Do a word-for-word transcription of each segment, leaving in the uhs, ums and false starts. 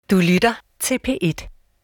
Du lytter til P et.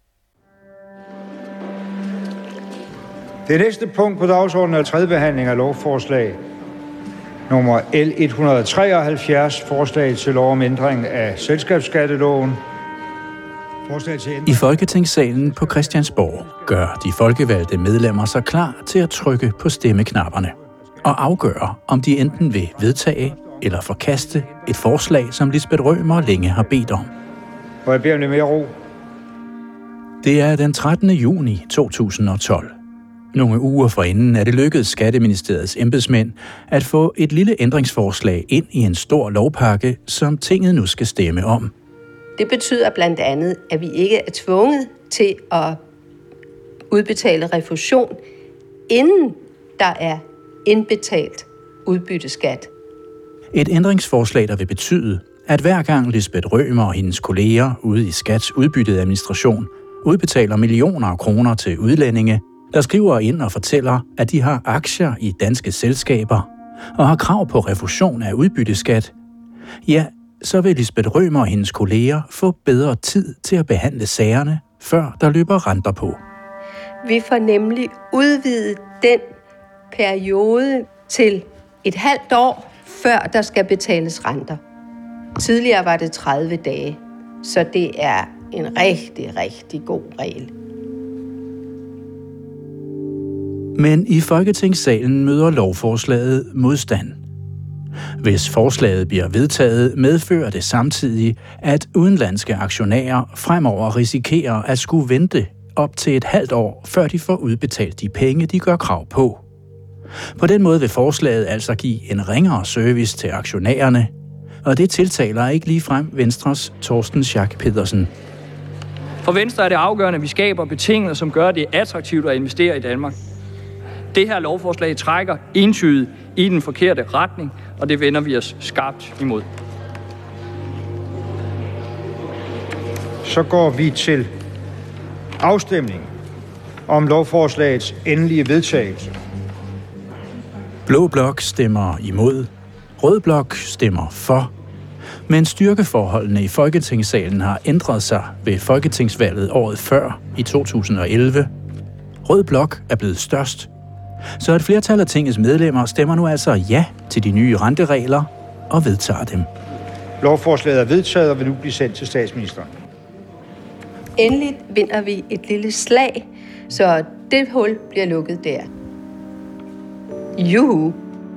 Det næste punkt på dagsordenen er tredje behandling af lovforslag nummer L et hundrede og treoghalvfjerds, forslag til lov om ændring af selskabsskatteloven. Forslag til ændring. I Folketingssalen på Christiansborg gør de folkevalgte medlemmer sig klar til at trykke på stemmeknapperne og afgøre, om de enten vil vedtage eller forkaste et forslag, som Lisbeth Rømer længe har bedt om. Og jeg beder om lidt mere ro. Det er den trettende juni to tusind og tolv. Nogle uger forinden er det lykkedes Skatteministeriets embedsmænd at få et lille ændringsforslag ind i en stor lovpakke, som tinget nu skal stemme om. Det betyder blandt andet, at vi ikke er tvunget til at udbetale refusion, inden der er indbetalt udbytteskat. Et ændringsforslag, der vil betyde, at hver gang Lisbeth Rømer og hendes kolleger ude i Skats udbytteadministration udbetaler millioner af kroner til udlændinge, der skriver ind og fortæller, at de har aktier i danske selskaber og har krav på refusion af udbytteskat, ja, så vil Lisbeth Rømer og hendes kolleger få bedre tid til at behandle sagerne, før der løber renter på. Vi får nemlig udvidet den periode til et halvt år, før der skal betales renter. Tidligere var det tredive dage, så det er en rigtig, rigtig god regel. Men i Folketingssalen møder lovforslaget modstand. Hvis forslaget bliver vedtaget, medfører det samtidig, at udenlandske aktionærer fremover risikerer at skulle vente op til et halvt år, før de får udbetalt de penge, de gør krav på. På den måde vil forslaget altså give en ringere service til aktionærerne, og det tiltaler ikke ligefrem Venstres Torsten Schack Pedersen. For Venstre er det afgørende, at vi skaber betingelser, som gør det attraktivt at investere i Danmark. Det her lovforslag trækker entydigt i den forkerte retning, og det vender vi os skarpt imod. Så går vi til afstemning om lovforslagets endelige vedtagelse. Blå blok stemmer imod, rød blok stemmer for, men styrkeforholdene i Folketingssalen har ændret sig ved folketingsvalget året før i to tusind og elleve. Rød blok er blevet størst, så et flertal af tingets medlemmer stemmer nu altså ja til de nye renteregler og vedtager dem. Lovforslaget er vedtaget og vil nu blive sendt til statsministeren. Endelig vinder vi et lille slag, så det hul bliver lukket der. Juhu!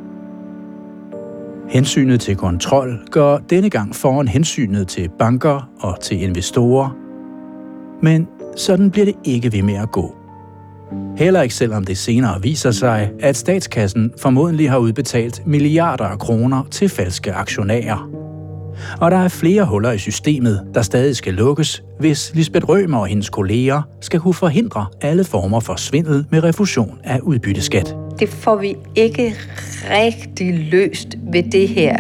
Hensynet til kontrol går denne gang foran hensynet til banker og til investorer. Men sådan bliver det ikke ved med at gå. Heller ikke selvom det senere viser sig, at statskassen formodentlig har udbetalt milliarder af kroner til falske aktionærer. Og der er flere huller i systemet, der stadig skal lukkes, hvis Lisbeth Rømer og hendes kolleger skal kunne forhindre alle former for svindel med refusion af udbytteskat. Det får vi ikke rigtig løst ved det her.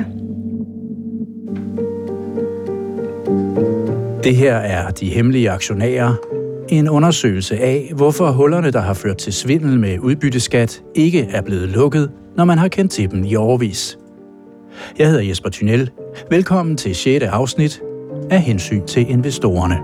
Det her er de hemmelige aktionærer. En undersøgelse af, hvorfor hullerne, der har ført til svindel med udbytteskat, ikke er blevet lukket, når man har kendt til dem i årevis. Jeg hedder Jesper Thynel. Velkommen til sjette afsnit af Hensyn til investorerne.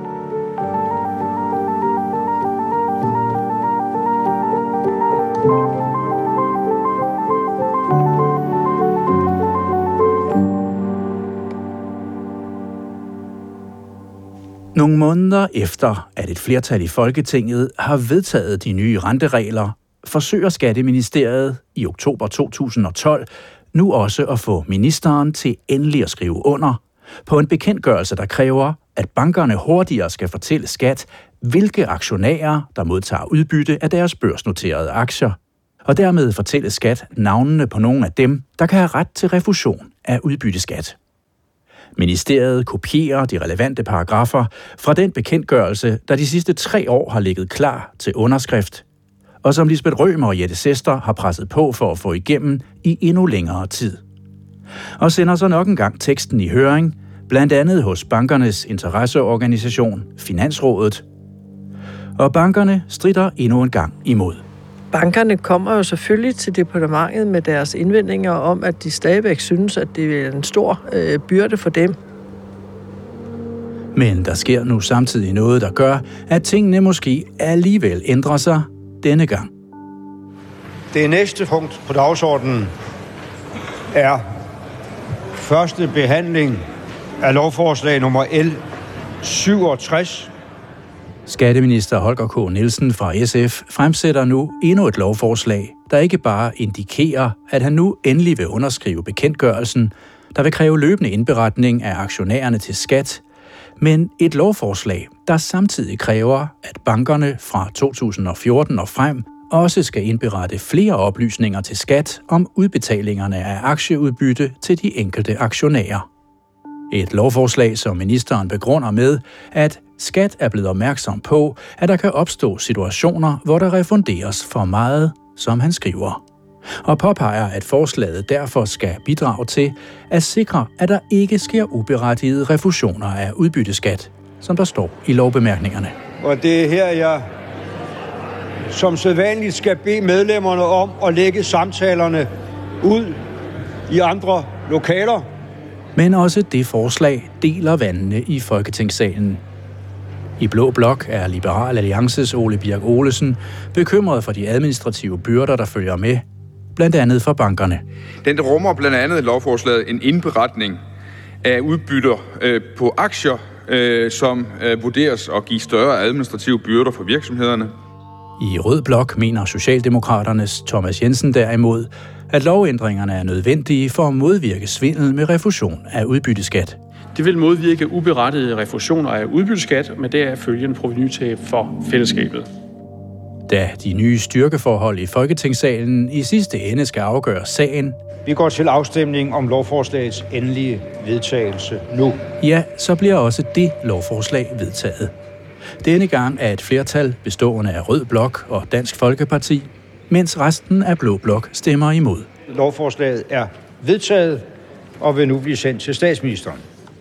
Nogle måneder efter, at et flertal i Folketinget har vedtaget de nye renteregler, forsøger Skatteministeriet i oktober to tusind og tolv nu også at få ministeren til endelig at skrive under på en bekendtgørelse, der kræver, at bankerne hurtigere skal fortælle skat, hvilke aktionærer, der modtager udbytte af deres børsnoterede aktier, og dermed fortælle skat navnene på nogle af dem, der kan have ret til refusion af udbytteskat. Ministeriet kopierer de relevante paragrafer fra den bekendtgørelse, der de sidste tre år har ligget klar til underskrift, og som Lisbeth Rømer og Jette Sester har presset på for at få igennem i endnu længere tid. Og sender så nok engang teksten i høring, blandt andet hos bankernes interesseorganisation, Finansrådet. Og bankerne stritter endnu en gang imod. Bankerne kommer jo selvfølgelig til departementet med deres indvendinger om, at de stadigvæk synes, at det er en stor øh, byrde for dem. Men der sker nu samtidig noget, der gør, at tingene måske alligevel ændrer sig denne gang. Det næste punkt på dagsordenen er første behandling af lovforslag nummer L syvogtres. Skatteminister Holger K. Nielsen fra S F fremsætter nu endnu et lovforslag, der ikke bare indikerer, at han nu endelig vil underskrive bekendtgørelsen, der vil kræve løbende indberetning af aktionærerne til skat, men et lovforslag, der samtidig kræver, at bankerne fra to tusind og fjorten og frem også skal indberette flere oplysninger til skat om udbetalingerne af aktieudbytte til de enkelte aktionærer. Et lovforslag, som ministeren begrunder med, at skat er blevet opmærksom på, at der kan opstå situationer, hvor der refunderes for meget, som han skriver. Og påpeger, at forslaget derfor skal bidrage til at sikre, at der ikke sker uberettigede refusioner af udbytteskat, som der står i lovbemærkningerne. Og det er her, jeg som sædvanligt skal bede medlemmerne om at lægge samtalerne ud i andre lokaler. Men også det forslag deler vandene i Folketingssalen. I Blå Blok er Liberal Alliances Ole Birk Olesen bekymret for de administrative byrder, der følger med, blandt andet for bankerne. Den rummer blandt andet lovforslaget en indberetning af udbytter øh, på aktier, øh, som øh, vurderes at give større administrative byrder for virksomhederne. I Rød Blok mener Socialdemokraternes Thomas Jensen derimod, at lovændringerne er nødvendige for at modvirke svindel med refusion af udbytteskat. Det vil modvirke uberettigede refusioner af udbytteskat, med deraf følgende provenutab for fællesskabet. Da de nye styrkeforhold i Folketingssalen i sidste ende skal afgøre sagen, Vi går til afstemning om lovforslagets endelige vedtagelse nu. ja, så bliver også det lovforslag vedtaget. Denne gang er et flertal bestående af Rød Blok og Dansk Folkeparti, mens resten af Blå Blok stemmer imod. Lovforslaget er vedtaget og vil nu blive sendt til statsministeren.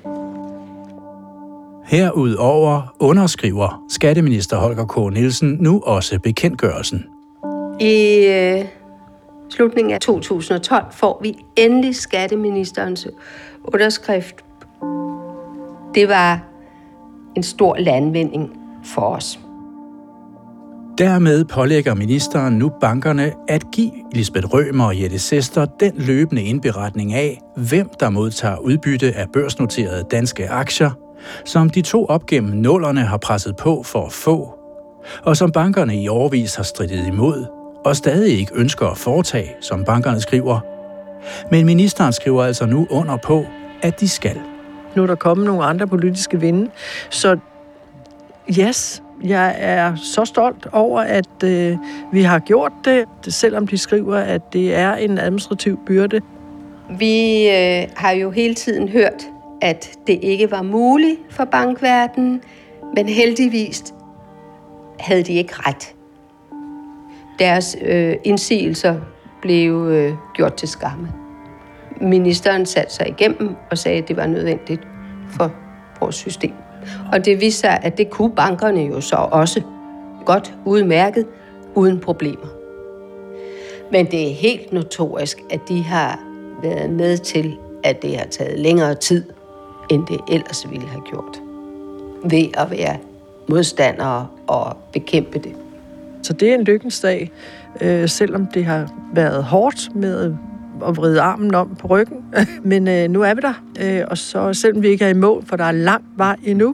Herudover underskriver skatteminister Holger K. Nielsen nu også bekendtgørelsen. I øh, slutningen af to tusind og tolv får vi endelig skatteministerens underskrift. Det var en stor landvinding for os. Dermed pålægger ministeren nu bankerne at give Lisbeth Rømer og Jette Sester den løbende indberetning af, hvem der modtager udbytte af børsnoterede danske aktier, som de to op gennem nullerne har presset på for at få, og som bankerne i årevis har strittet imod, og stadig ikke ønsker at foretage, som bankerne skriver. Men ministeren skriver altså nu under på, at de skal. Nu er der kommet nogle andre politiske vinde, så yes, jeg er så stolt over, at øh, vi har gjort det, selvom de skriver, at det er en administrativ byrde. Vi øh, har jo hele tiden hørt, at det ikke var muligt for bankverdenen, men heldigvis havde de ikke ret. Deres øh, indsigelser blev øh, gjort til skamme. Ministeren satte sig igennem og sagde, at det var nødvendigt for vores system. Og det viste sig, at det kunne bankerne jo så også godt udmærket, uden problemer. Men det er helt notorisk, at de har været med til, at det har taget længere tid, end det ellers ville have gjort, ved at være modstandere og bekæmpe det. Så det er en lykkens dag, øh, selvom det har været hårdt med at vride armen om på ryggen. Men øh, nu er vi der, øh, og så selvom vi ikke er i mål, for der er lang vej endnu.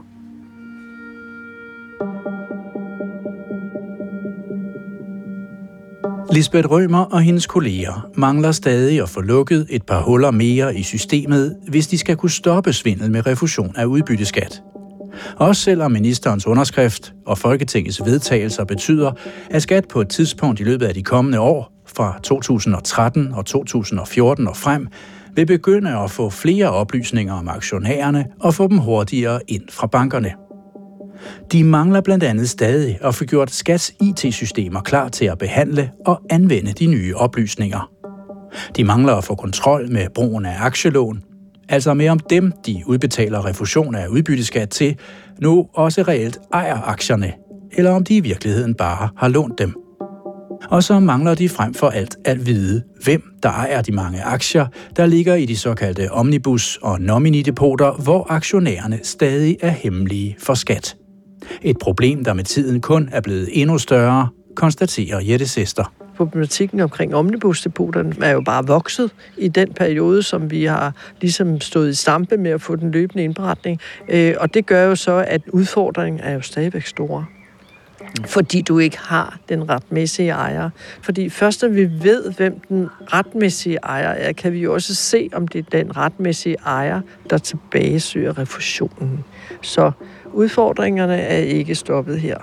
Lisbeth Rømer og hendes kolleger mangler stadig at få lukket et par huller mere i systemet, hvis de skal kunne stoppe svindel med refusion af udbytteskat. Også selvom ministerens underskrift og Folketingets vedtagelser betyder, at skat på et tidspunkt i løbet af de kommende år, fra to tusind og tretten og to tusind og fjorten og frem, vil begynde at få flere oplysninger om aktionærerne og få dem hurtigere ind fra bankerne. De mangler blandt andet stadig at få gjort Skats I T-systemer klar til at behandle og anvende de nye oplysninger. De mangler at få kontrol med brugen af aktielån, altså med om dem, de udbetaler refusion af udbytteskat til, nu også reelt ejer aktierne, eller om de i virkeligheden bare har lånt dem. Og så mangler de frem for alt at vide, hvem der ejer de mange aktier, der ligger i de såkaldte omnibus- og nominidepoter, hvor aktionærerne stadig er hemmelige for skat. Et problem, der med tiden kun er blevet endnu større, konstaterer Jette Sester. Problematikken omkring omnibusdepoterne er jo bare vokset i den periode, som vi har ligesom stået i stampe med at få den løbende indberetning. Og det gør jo så, at udfordringen er jo stadigvæk store. Fordi du ikke har den retmæssige ejer. Fordi først når vi ved, hvem den retmæssige ejer er, kan vi jo også se, om det er den retmæssige ejer, der tilbagesøger refusionen. Så udfordringerne er ikke stoppet her.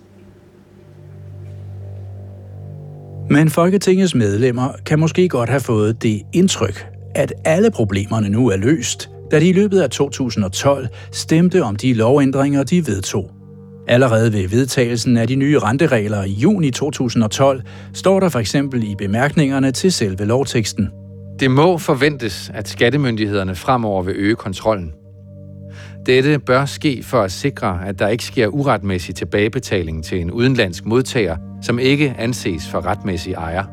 Men Folketingets medlemmer kan måske godt have fået det indtryk, at alle problemerne nu er løst, da de i løbet af to tusind og tolv stemte om de lovændringer, de vedtog. Allerede ved vedtagelsen af de nye renteregler i juni to tusind og tolv står der for eksempel i bemærkningerne til selve lovteksten. Det må forventes, at skattemyndighederne fremover vil øge kontrollen. Dette bør ske for at sikre, at der ikke sker uretmæssig tilbagebetaling til en udenlandsk modtager, som ikke anses for retmæssig ejer.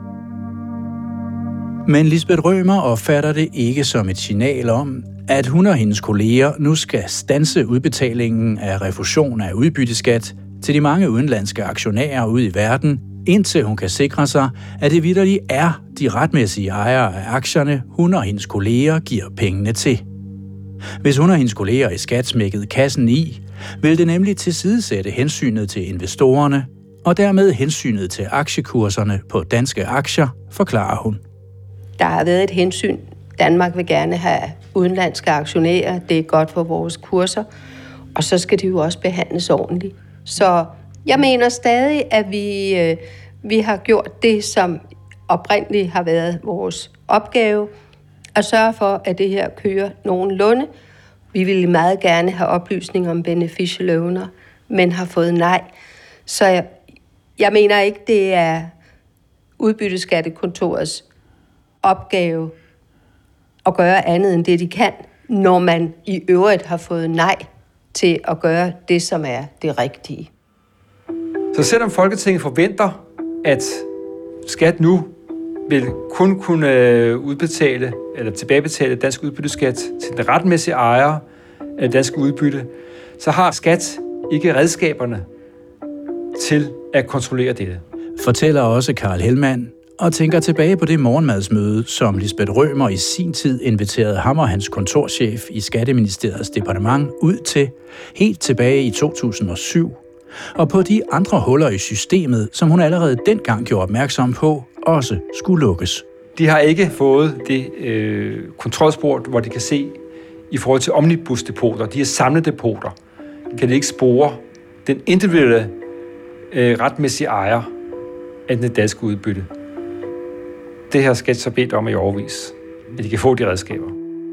Men Lisbeth Rømer opfatter det ikke som et signal om, at hun og hendes kolleger nu skal standse udbetalingen af refusion af udbytteskat til de mange udenlandske aktionærer ude i verden, indtil hun kan sikre sig, at det vitterligt er de retmæssige ejere af aktierne, hun og hendes kolleger giver pengene til. Hvis hun og hendes kolleger i skat smækkede kassen i, vil det nemlig tilsidesætte hensynet til investorerne, og dermed hensynet til aktiekurserne på danske aktier, forklarer hun. Der har været et hensyn. Danmark vil gerne have udenlandske aktionærer. Det er godt for vores kurser. Og så skal de jo også behandles ordentligt. Så jeg mener stadig, at vi, øh, vi har gjort det, som oprindeligt har været vores opgave. At sørge for, at det her kører nogenlunde. Vi ville meget gerne have oplysninger om beneficial owner, men har fået nej. Så jeg, jeg mener ikke, det er udbytteskattekontorets opgave at gøre andet end det, de kan, når man i øvrigt har fået nej til at gøre det, som er det rigtige. Så selvom Folketinget forventer, at skat nu vil kun kunne udbetale eller tilbagebetale dansk udbytteskat til den retmæssige ejer af dansk udbytte, så har skat ikke redskaberne til at kontrollere dette. Fortæller også Karl Helmann, og tænker tilbage på det morgenmadsmøde, som Lisbeth Rømer i sin tid inviterede ham og hans kontorchef i Skatteministeriets departement ud til, helt tilbage i to tusind og syv, og på de andre huller i systemet, som hun allerede dengang gjorde opmærksom på, også skulle lukkes. De har ikke fået det øh, kontrolspor, hvor de kan se i forhold til omnibusdepoter, de er samledepoter, kan de ikke spore den individuelle øh, retmæssige ejer af den danske udbytte. Det her skat så bedt om i overvis, at de kan få de redskaber.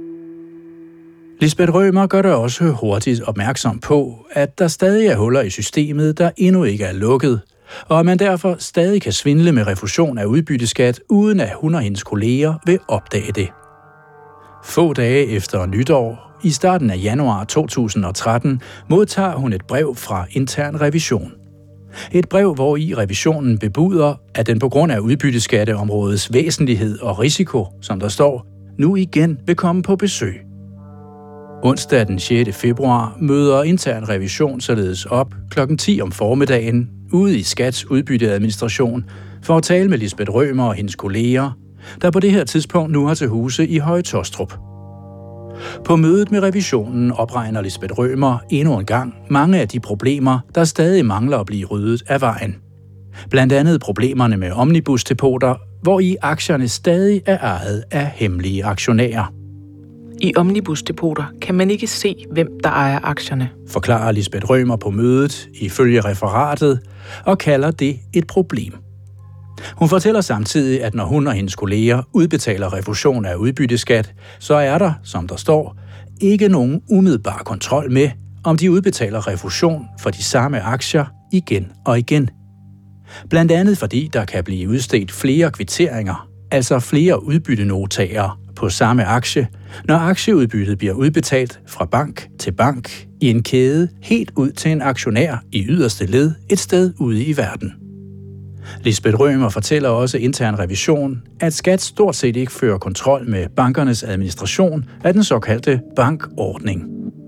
Lisbeth Rømer gør der også hurtigt opmærksom på, at der stadig er huller i systemet, der endnu ikke er lukket, og at man derfor stadig kan svindle med refusion af udbytteskat, uden at hun og hendes kolleger vil opdage det. Få dage efter nytår, i starten af januar to tusind og tretten, modtager hun et brev fra intern revision. Et brev, hvor i revisionen bebuder, at den på grund af udbytteskatteområdets væsentlighed og risiko, som der står, nu igen vil komme på besøg. Onsdag den sjette februar møder intern revision således op klokken ti om formiddagen ude i Skats udbytteadministration for at tale med Lisbeth Rømer og hendes kolleger, der på det her tidspunkt nu har til huse i Høje Taastrup. På mødet med revisionen opregner Lisbeth Rømer endnu en gang mange af de problemer, der stadig mangler at blive ryddet af vejen. Blandt andet problemerne med omnibusdepoter, hvor i aktierne stadig er ejet af hemmelige aktionærer. I omnibusdepoter kan man ikke se, hvem der ejer aktierne, forklarer Lisbeth Rømer på mødet ifølge referatet og kalder det et problem. Hun fortæller samtidig, at når hun og hendes kolleger udbetaler refusion af udbytteskat, så er der, som der står, ikke nogen umiddelbar kontrol med, om de udbetaler refusion for de samme aktier igen og igen. Blandt andet fordi der kan blive udstedt flere kvitteringer, altså flere udbyttenotagere på samme aktie, når aktieudbyttet bliver udbetalt fra bank til bank i en kæde helt ud til en aktionær i yderste led et sted ude i verden. Lisbeth Rømer fortæller også intern revision, at Skat stort set ikke fører kontrol med bankernes administration af den såkaldte bankordning.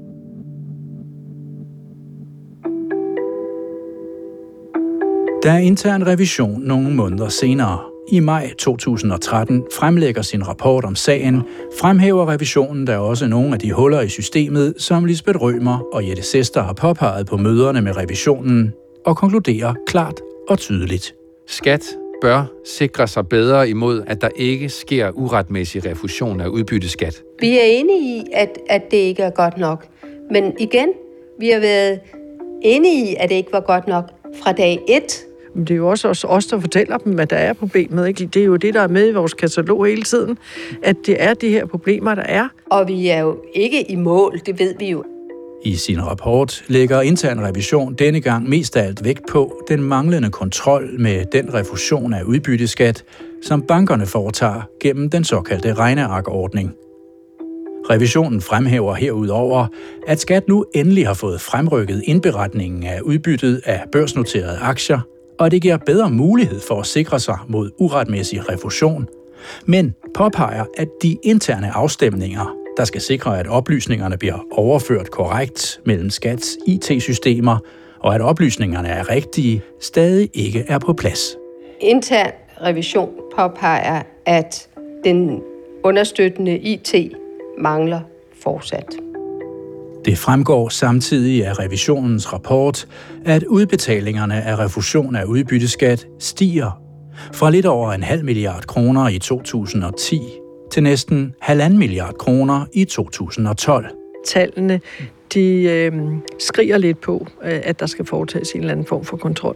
Da intern revision nogle måneder senere, i maj to tusind og tretten, fremlægger sin rapport om sagen, fremhæver revisionen der også nogle af de huller i systemet, som Lisbeth Rømer og Jette Sester har påpeget på møderne med revisionen, og konkluderer klart og tydeligt. Skat bør sikre sig bedre imod, at der ikke sker uretmæssig refusion af udbytteskat. Vi er enige i, at, at det ikke er godt nok. Men igen, vi har været enige i, at det ikke var godt nok fra dag et. Men det er jo også os, os, der fortæller dem, at der er problemet. Ikke? Det er jo det, der er med i vores katalog hele tiden, at det er de her problemer, der er. Og vi er jo ikke i mål, det ved vi jo. I sin rapport lægger intern revision denne gang mest af alt vægt på den manglende kontrol med den refusion af udbytteskat, som bankerne foretager gennem den såkaldte regnearkordning. Revisionen fremhæver herudover, at Skat nu endelig har fået fremrykket indberetningen af udbyttet af børsnoterede aktier, og det giver bedre mulighed for at sikre sig mod uretmæssig refusion, men påpeger, at de interne afstemninger, der skal sikre, at oplysningerne bliver overført korrekt mellem Skats I T-systemer, og at oplysningerne er rigtige, stadig ikke er på plads. Intern revision påpeger, at den understøttende I T mangler fortsat. Det fremgår samtidig af revisionens rapport, at udbetalingerne af refusion af udbytteskat stiger fra lidt over en halv milliard kroner i to tusind og ti til næsten halvanden milliard kroner i to tusind og tolv. Tallene, de øh, skriger lidt på, at der skal foretages en eller anden form for kontrol.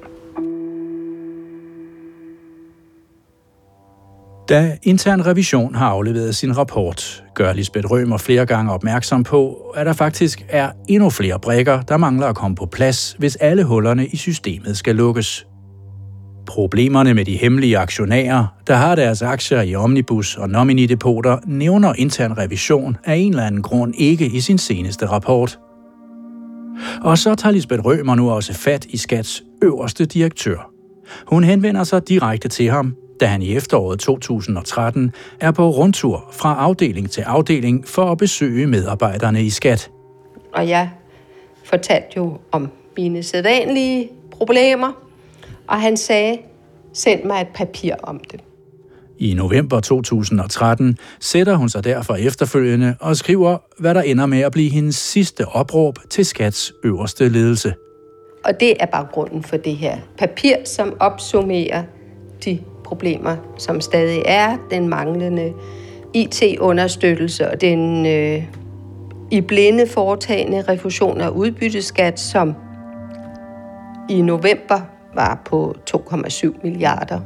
Da intern revision har afleveret sin rapport, gør Lisbeth Rømer flere gange opmærksom på, at der faktisk er endnu flere brikker, der mangler at komme på plads, hvis alle hullerne i systemet skal lukkes. Problemerne med de hemmelige aktionærer, der har deres aktier i omnibus- og nominidepoter, nævner intern revision af en eller anden grund ikke i sin seneste rapport. Og så tager Lisbeth Rømer nu også fat i Skats øverste direktør. Hun henvender sig direkte til ham, da han i efteråret to tusind og tretten er på rundtur fra afdeling til afdeling for at besøge medarbejderne i Skat. Og jeg fortalte jo om mine sædvanlige problemer, og han sagde, send mig et papir om det. I november to tusind og tretten sætter hun sig derfor efterfølgende og skriver, hvad der ender med at blive hendes sidste opråb til Skats øverste ledelse. Og det er baggrunden for det her papir, som opsummerer de problemer, som stadig er, den manglende I T-understøttelse og den øh, i blinde foretagende refusion af udbytteskat, som i november var på to komma syv milliarder.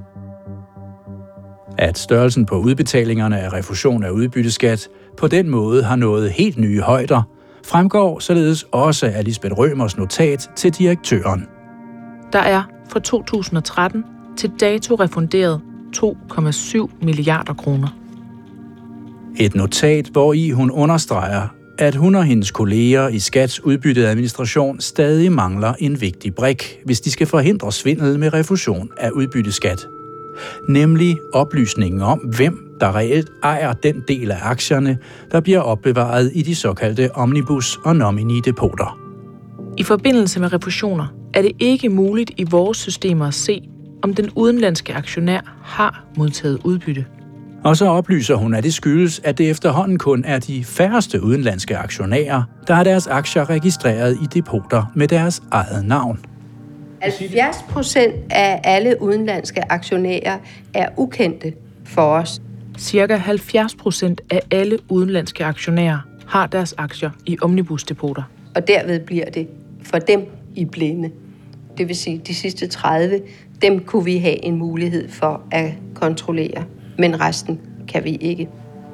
At størrelsen på udbetalingerne af refusion af udbytteskat på den måde har nået helt nye højder, fremgår således også af Lisbeth Rømers notat til direktøren. Der er fra to tusind og tretten til dato refunderet to komma syv milliarder kroner. Et notat, hvori hun understreger, at hun og hendes kolleger i Skats udbytteadministration stadig mangler en vigtig brik, hvis de skal forhindre svindel med refusion af udbytteskat. Nemlig oplysningen om, hvem der reelt ejer den del af aktierne, der bliver opbevaret i de såkaldte omnibus- og nominidepoter. I forbindelse med refusioner er det ikke muligt i vores systemer at se, om den udenlandske aktionær har modtaget udbytte. Og så oplyser hun, at det skyldes, at det efterhånden kun er de færreste udenlandske aktionærer, der har deres aktier registreret i depoter med deres eget navn. halvfjerds procent af alle udenlandske aktionærer er ukendte for os. Cirka halvfjerds procent af alle udenlandske aktionærer har deres aktier i omnibusdepoter. Og derved bliver det for dem i blinde. Det vil sige, de sidste tredive, dem kunne vi have en mulighed for at kontrollere, men resten kan vi ikke.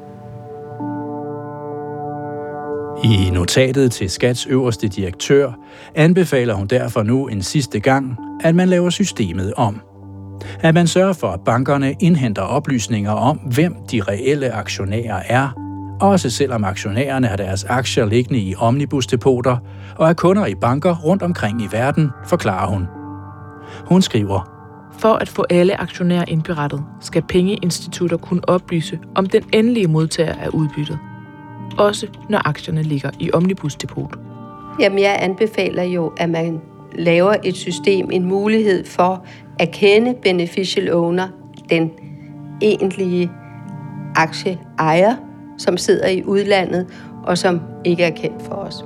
I notatet til Skats øverste direktør anbefaler hun derfor nu en sidste gang, at man laver systemet om. At man sørger for, at bankerne indhenter oplysninger om, hvem de reelle aktionærer er, også selvom aktionærerne har deres aktier liggende i omnibusdepoter og er kunder i banker rundt omkring i verden, forklarer hun. Hun skriver: For at få alle aktionærer indberettet, skal pengeinstitutter kunne oplyse om den endelige modtager af udbyttet. Også når aktierne ligger i omnibusdepot. Jamen, jeg anbefaler jo, at man laver et system, en mulighed for at kende beneficial owner, den egentlige aktieejer, som sidder i udlandet og som ikke er kendt for os.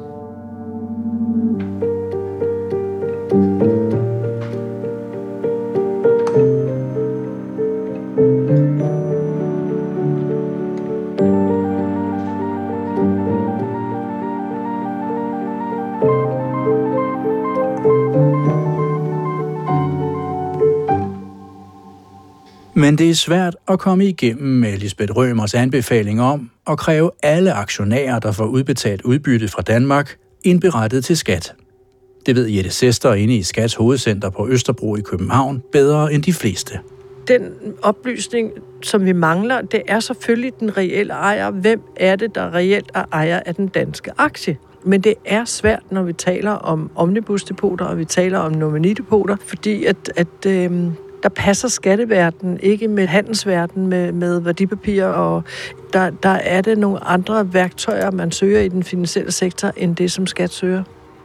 Men det er svært at komme igennem med Lisbeth Rømers anbefaling om at kræve alle aktionærer, der får udbetalt udbytte fra Danmark, indberettet til skat. Det ved Jette Sester inde i Skats hovedcenter på Østerbro i København bedre end de fleste. Den oplysning, som vi mangler, det er selvfølgelig den reelle ejer. Hvem er det, der reelt er ejer af den danske aktie? Men det er svært, når vi taler om omnibusdepoter, og vi taler om nominidepoter, fordi at, at øh, der passer skatteverdenen ikke med handelsverdenen, med, med værdipapirer, og der, der er det nogle andre værktøjer, man søger i den finansielle sektor, end det, som skat søger.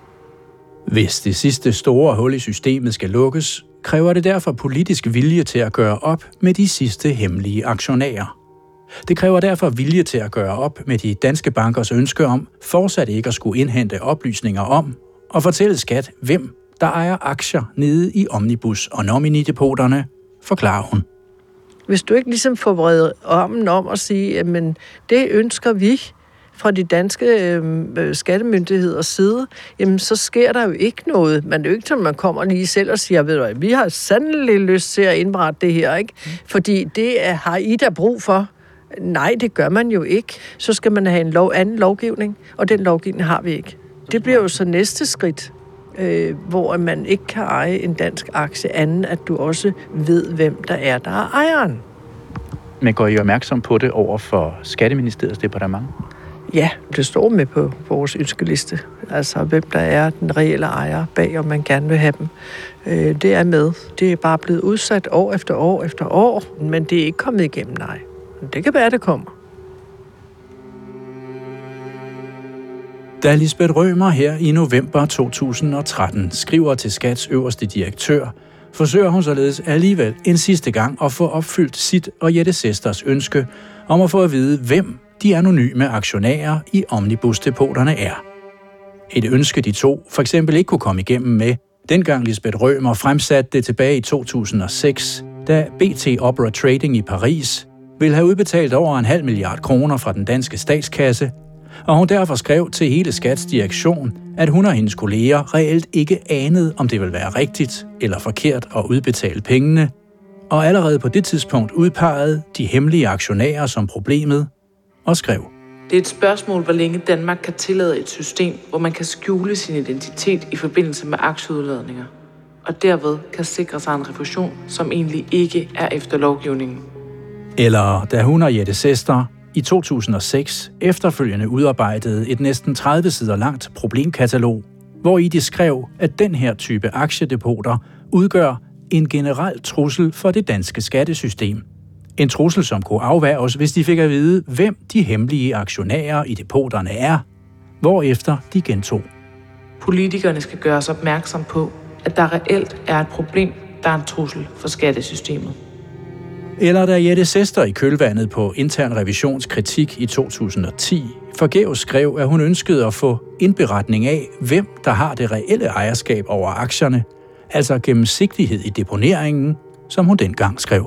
Hvis det sidste store hul i systemet skal lukkes, kræver det derfor politisk vilje til at gøre op med de sidste hemmelige aktionærer. Det kræver derfor vilje til at gøre op med de danske bankers ønske om fortsat ikke at skulle indhente oplysninger om og fortælle skat, hvem der ejer aktier nede i omnibus- og nominidepoterne, forklarer hun. Hvis du ikke ligesom får vredet armen om at sige, at det ønsker vi fra de danske øh, skattemyndigheders side, jamen så sker der jo ikke noget. Men det er jo ikke sådan, man kommer lige selv og siger, ved du, vi har sandelig lyst til at indberette det her, ikke? Fordi det er, har I da brug for. Nej, det gør man jo ikke. Så skal man have en lov, anden lovgivning, og den lovgivning har vi ikke. Det bliver jo så næste skridt, øh, hvor man ikke kan eje en dansk aktie, anden at du også ved, hvem der er, der er ejeren. Men går I opmærksom på det over for Skatteministeriets departement? Ja, det står med på vores ønskeliste. Altså, hvem der er den reelle ejer bag, om man gerne vil have dem. Øh, det er med. Det er bare blevet udsat år efter år efter år, men det er ikke kommet igennem, nej. Men det kan være, det kommer. Da Lisbeth Rømer her i november to tusind og tretten skriver til Skats øverste direktør, forsøger hun således alligevel en sidste gang at få opfyldt sit og Jette Sesters ønske om at få at vide, hvem de anonyme aktionærer i omnibusdepoterne er. Et ønske, de to for eksempel ikke kunne komme igennem med, dengang Lisbeth Rømer fremsatte det tilbage i to tusind og seks, da B T Opera Trading i Paris ville have udbetalt over en halv milliard kroner fra den danske statskasse, og hun derfor skrev til hele Skats direktion, at hun og hendes kolleger reelt ikke anede, om det ville være rigtigt eller forkert at udbetale pengene, og allerede på det tidspunkt udpegede de hemmelige aktionærer som problemet, og skrev: Det er et spørgsmål, hvor længe Danmark kan tillade et system, hvor man kan skjule sin identitet i forbindelse med aktieudladninger, og derved kan sikre sig en refusion, som egentlig ikke er efter lovgivningen. Eller da hun og Jette Sester i to tusind og seks efterfølgende udarbejdede et næsten tredive sider langt problemkatalog, hvor i de skrev, at den her type aktiedepoter udgør en generel trussel for det danske skattesystem. En trussel, som kunne afværges, hvis de fik at vide, hvem de hemmelige aktionærer i depoterne er, hvorefter de gentog. Politikerne skal gøres opmærksom på, at der reelt er et problem, der er en trussel for skattesystemet. Eller da Jette Sester i kølvandet på intern revisionskritik i to tusind og ti forgæves skrev, at hun ønskede at få indberetning af, hvem der har det reelle ejerskab over aktierne, altså gennemsigtighed i deponeringen, som hun dengang skrev.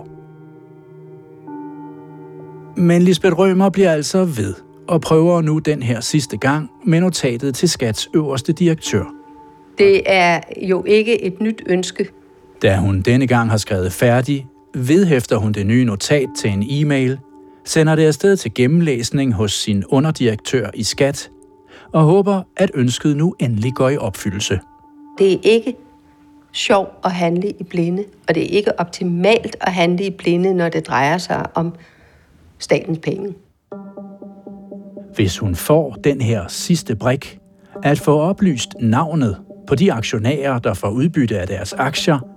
Men Lisbeth Rømer bliver altså ved og prøver nu den her sidste gang med notatet til Skats øverste direktør. Det er jo ikke et nyt ønske. Da hun denne gang har skrevet færdig, vedhæfter hun det nye notat til en e-mail, sender det afsted til gennemlæsning hos sin underdirektør i Skat, og håber, at ønsket nu endelig går i opfyldelse. Det er ikke sjovt at handle i blinde, og det er ikke optimalt at handle i blinde, når det drejer sig om statens penge. Hvis hun får den her sidste brik, at få oplyst navnet på de aktionærer, der får udbytte af deres aktier,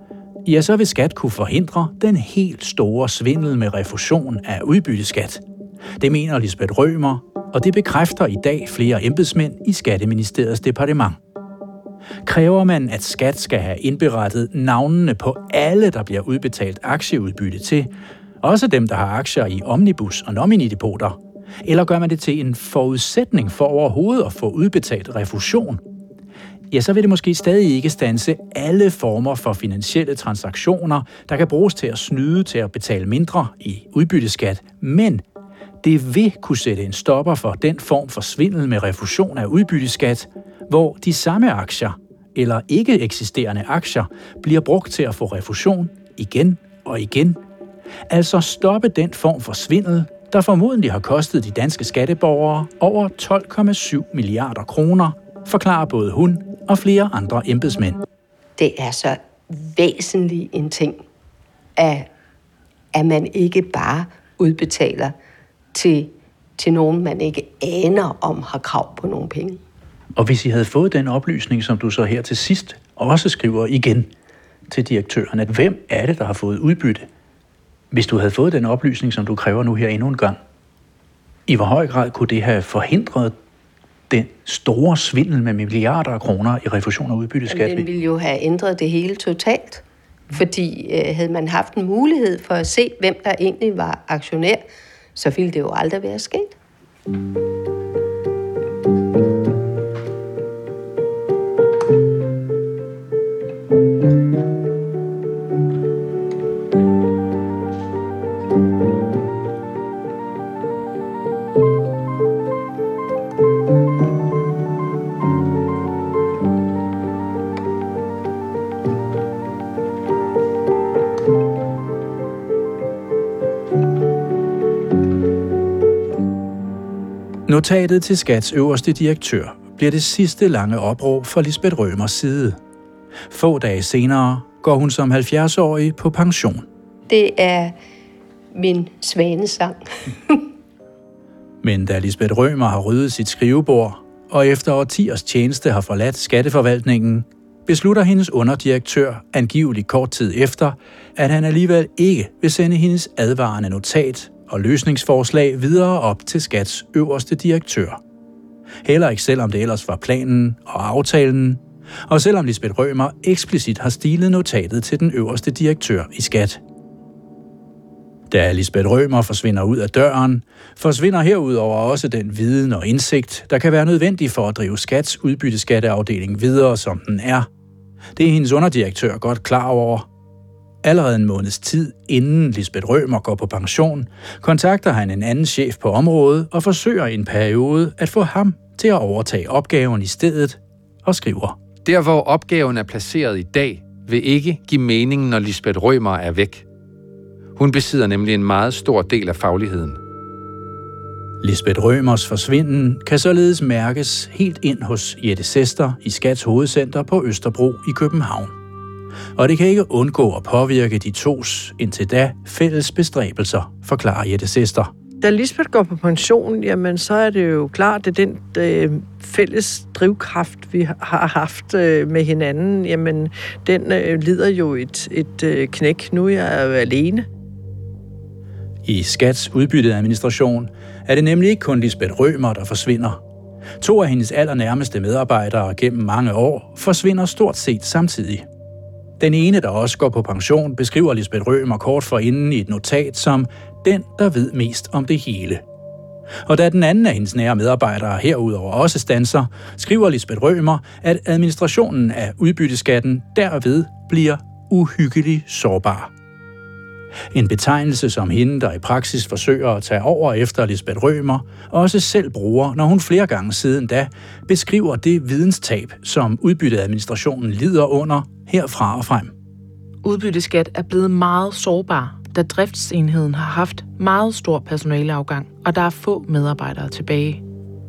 ja, så vil skat kunne forhindre den helt store svindel med refusion af udbytteskat. Det mener Lisbeth Rømer, og det bekræfter i dag flere embedsmænd i Skatteministeriets departement. Kræver man, at skat skal have indberettet navnene på alle, der bliver udbetalt aktieudbytte til, også dem, der har aktier i omnibus- og nominidepoter, eller gør man det til en forudsætning for overhovedet at få udbetalt refusion, ja, så vil det måske stadig ikke standse alle former for finansielle transaktioner, der kan bruges til at snyde til at betale mindre i udbytteskat, men det vil kunne sætte en stopper for den form for svindel med refusion af udbytteskat, hvor de samme aktier eller ikke eksisterende aktier bliver brugt til at få refusion igen og igen. Altså stoppe den form for svindel, der formodentlig har kostet de danske skatteborgere over tolv komma syv milliarder kroner, forklarer både hun og flere andre embedsmænd. Det er så væsentlig en ting, at, at man ikke bare udbetaler til, til nogen, man ikke aner om har krav på nogle penge. Og hvis I havde fået den oplysning, som du så her til sidst også skriver igen til direktøren, at hvem er det, der har fået udbytte? Hvis du havde fået den oplysning, som du kræver nu her endnu en gang, i hvor høj grad kunne det have forhindret den store svindel med milliarder af kroner i refusion og udbytteskat? Den ville jo have ændret det hele totalt. Fordi øh, havde man haft en mulighed for at se, hvem der egentlig var aktionær, så ville det jo aldrig være sket. Notatet til Skats øverste direktør bliver det sidste lange opråb fra Lisbeth Rømers side. Få dage senere går hun som halvfjerds-årig på pension. Det er min svanesang. Men da Lisbeth Rømer har ryddet sit skrivebord, og efter årtiers tjeneste har forladt skatteforvaltningen, beslutter hendes underdirektør angiveligt kort tid efter, at han alligevel ikke vil sende hendes advarende notat og løsningsforslag videre op til Skats øverste direktør. Heller ikke selvom det ellers var planen og aftalen, og selvom Lisbeth Rømer eksplicit har stilet notatet til den øverste direktør i Skat. Da Lisbeth Rømer forsvinder ud af døren, forsvinder herudover også den viden og indsigt, der kan være nødvendig for at drive Skats udbytteskatteafdeling videre, som den er. Det er hendes underdirektør godt klar over. Allerede en måneds tid inden Lisbeth Rømer går på pension, kontakter han en anden chef på området og forsøger i en periode at få ham til at overtage opgaven i stedet, og skriver: Der, hvor opgaven er placeret i dag, vil ikke give mening, når Lisbeth Rømer er væk. Hun besidder nemlig en meget stor del af fagligheden. Lisbeth Rømers forsvinden kan således mærkes helt ind hos Jette Sester i Skats hovedcenter på Østerbro i København. Og det kan ikke undgå at påvirke de tos indtil da fælles bestræbelser, forklarer Jette Sester. Da Lisbeth går på pension, jamen så er det jo klart, at den øh, fælles drivkraft, vi har haft øh, med hinanden, jamen den øh, lider jo et, et øh, knæk. Nu er jeg jo alene. I Skats udbytteadministration er det nemlig ikke kun Lisbeth Rømer, der forsvinder. To af hendes allernærmeste medarbejdere gennem mange år forsvinder stort set samtidig. Den ene, der også går på pension, beskriver Lisbeth Rømer kort forinden i et notat som den, der ved mest om det hele. Og da den anden af hendes nære medarbejdere herudover også standser, skriver Lisbeth Rømer, at administrationen af udbytteskatten derved bliver uhyggelig sårbar. En betegnelse, som hende, der i praksis forsøger at tage over efter Lisbeth Rømer, også selv bruger, når hun flere gange siden da beskriver det videnstab, som udbytteadministrationen lider under herfra og frem. Udbytteskat er blevet meget sårbar, da driftsenheden har haft meget stor personaleafgang, og der er få medarbejdere tilbage.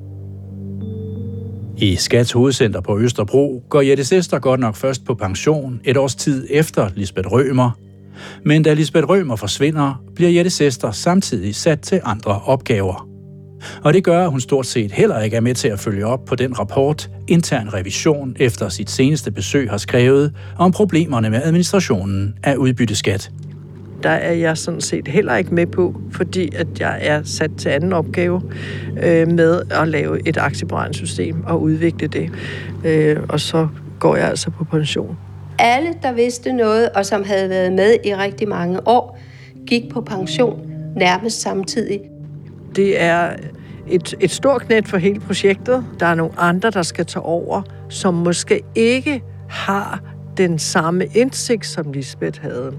I Skats hovedcenter på Østerbro går Jette Sester godt nok først på pension et års tid efter Lisbeth Rømer. Men da Lisbeth Rømer forsvinder, bliver Jette Sester samtidig sat til andre opgaver. Og det gør, at hun stort set heller ikke er med til at følge op på den rapport, Intern Revision efter sit seneste besøg har skrevet om problemerne med administrationen af udbytteskat. Der er jeg sådan set heller ikke med på, fordi at jeg er sat til anden opgave øh, med at lave et aktieberegningssystem og udvikle det. Øh, og så går jeg altså på pension. Alle, der vidste noget, og som havde været med i rigtig mange år, gik på pension nærmest samtidig. Det er et, et stort knæt for hele projektet. Der er nogle andre, der skal tage over, som måske ikke har den samme indsigt, som Lisbeth havde.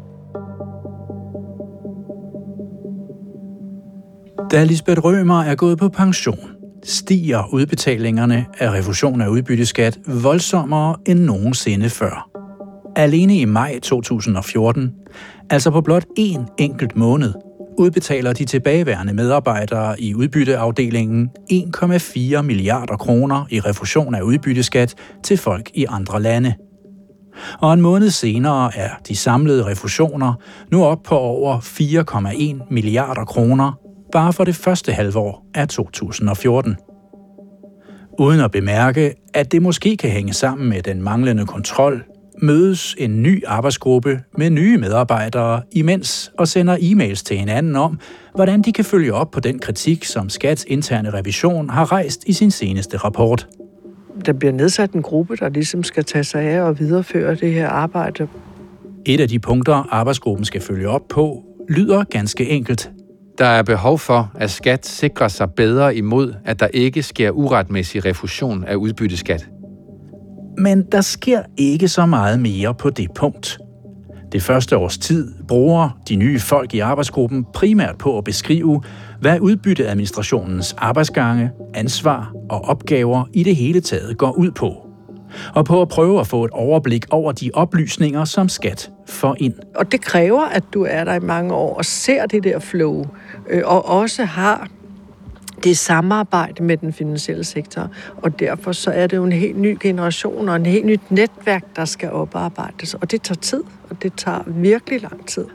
Da Lisbeth Rømer er gået på pension, stiger udbetalingerne af refusion af udbytteskat voldsommere end nogensinde før. Alene i maj to tusind og fjorten, altså på blot én enkelt måned, udbetaler de tilbageværende medarbejdere i udbytteafdelingen en komma fire milliarder kroner i refusion af udbytteskat til folk i andre lande. Og en måned senere er de samlede refusioner nu op på over fire komma en milliarder kroner, bare for det første halvår af to tusind og fjorten. Uden at bemærke, at det måske kan hænge sammen med den manglende kontrol, mødes en ny arbejdsgruppe med nye medarbejdere imens og sender e-mails til hinanden om, hvordan de kan følge op på den kritik, som Skats interne revision har rejst i sin seneste rapport. Der bliver nedsat en gruppe, der ligesom skal tage sig af og videreføre det her arbejde. Et af de punkter, arbejdsgruppen skal følge op på, lyder ganske enkelt. Der er behov for, at Skat sikrer sig bedre imod, at der ikke sker uretmæssig refusion af udbytteskat. Men der sker ikke så meget mere på det punkt. Det første års tid bruger de nye folk i arbejdsgruppen primært på at beskrive, hvad udbytteadministrationens arbejdsgange, ansvar og opgaver i det hele taget går ud på. Og på at prøve at få et overblik over de oplysninger, som Skat får ind. Og det kræver, at du er der i mange år og ser det der flow, øh, og også har det samarbejde med den finansielle sektor. Og derfor så er det jo en helt ny generation og en helt nyt netværk, der skal oparbejdes. Og det tager tid, og det tager virkelig lang tid.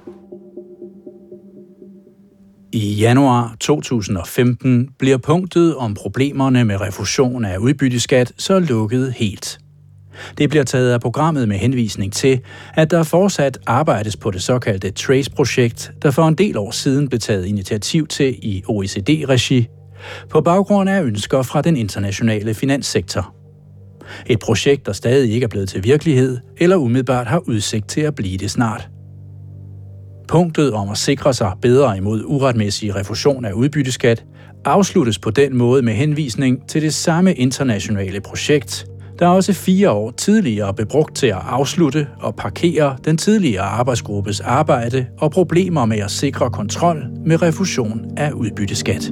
I januar to tusind og femten bliver punktet om problemerne med refusion af udbytteskat så lukket helt. Det bliver taget af programmet med henvisning til, at der fortsat arbejdes på det såkaldte TRACE-projekt, der for en del år siden blev taget initiativ til i O E C D-regi, på baggrund af ønsker fra den internationale finanssektor. Et projekt, der stadig ikke er blevet til virkelighed, eller umiddelbart har udsigt til at blive det snart. Punktet om at sikre sig bedre imod uretmæssig refusion af udbytteskat afsluttes på den måde med henvisning til det samme internationale projekt, der også fire år tidligere blev brugt til at afslutte og parkere den tidligere arbejdsgruppes arbejde og problemer med at sikre kontrol med refusion af udbytteskat.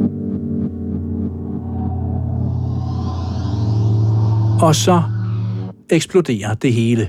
Og så eksploderer det hele.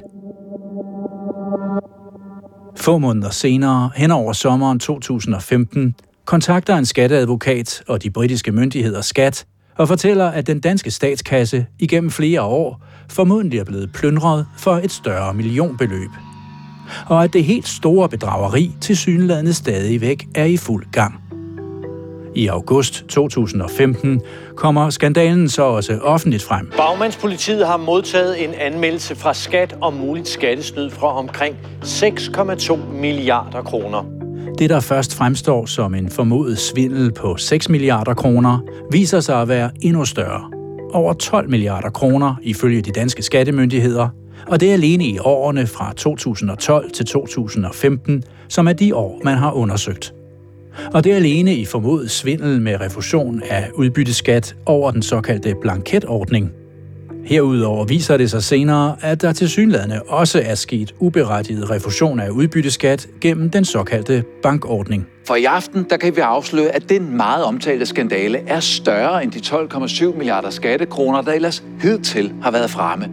Få måneder senere, hen over sommeren to tusind og femten, kontakter en skatteadvokat og de britiske myndigheder Skat og fortæller, at den danske statskasse igennem flere år formodentlig er blevet plyndret for et større millionbeløb. Og at det helt store bedrageri tilsyneladende stadigvæk er i fuld gang. I august to tusind og femten kommer skandalen så også offentligt frem. Bagmandspolitiet har modtaget en anmeldelse fra Skat om muligt skattesnyd fra omkring seks komma to milliarder kroner. Det, der først fremstår som en formodet svindel på seks milliarder kroner, viser sig at være endnu større. Over tolv milliarder kroner ifølge de danske skattemyndigheder, og det er alene i årene fra to tusind og tolv til to tusind og femten, som er de år, man har undersøgt. Og det er alene i formodet svindel med refusion af udbytteskat over den såkaldte blanketordning. Herudover viser det sig senere, at der tilsyneladende også er sket uberettiget refusion af udbytteskat gennem den såkaldte bankordning. For i aften der kan vi afsløre, at den meget omtalte skandale er større end de tolv komma syv milliarder skattekroner, der ellers hidtil har været fremme.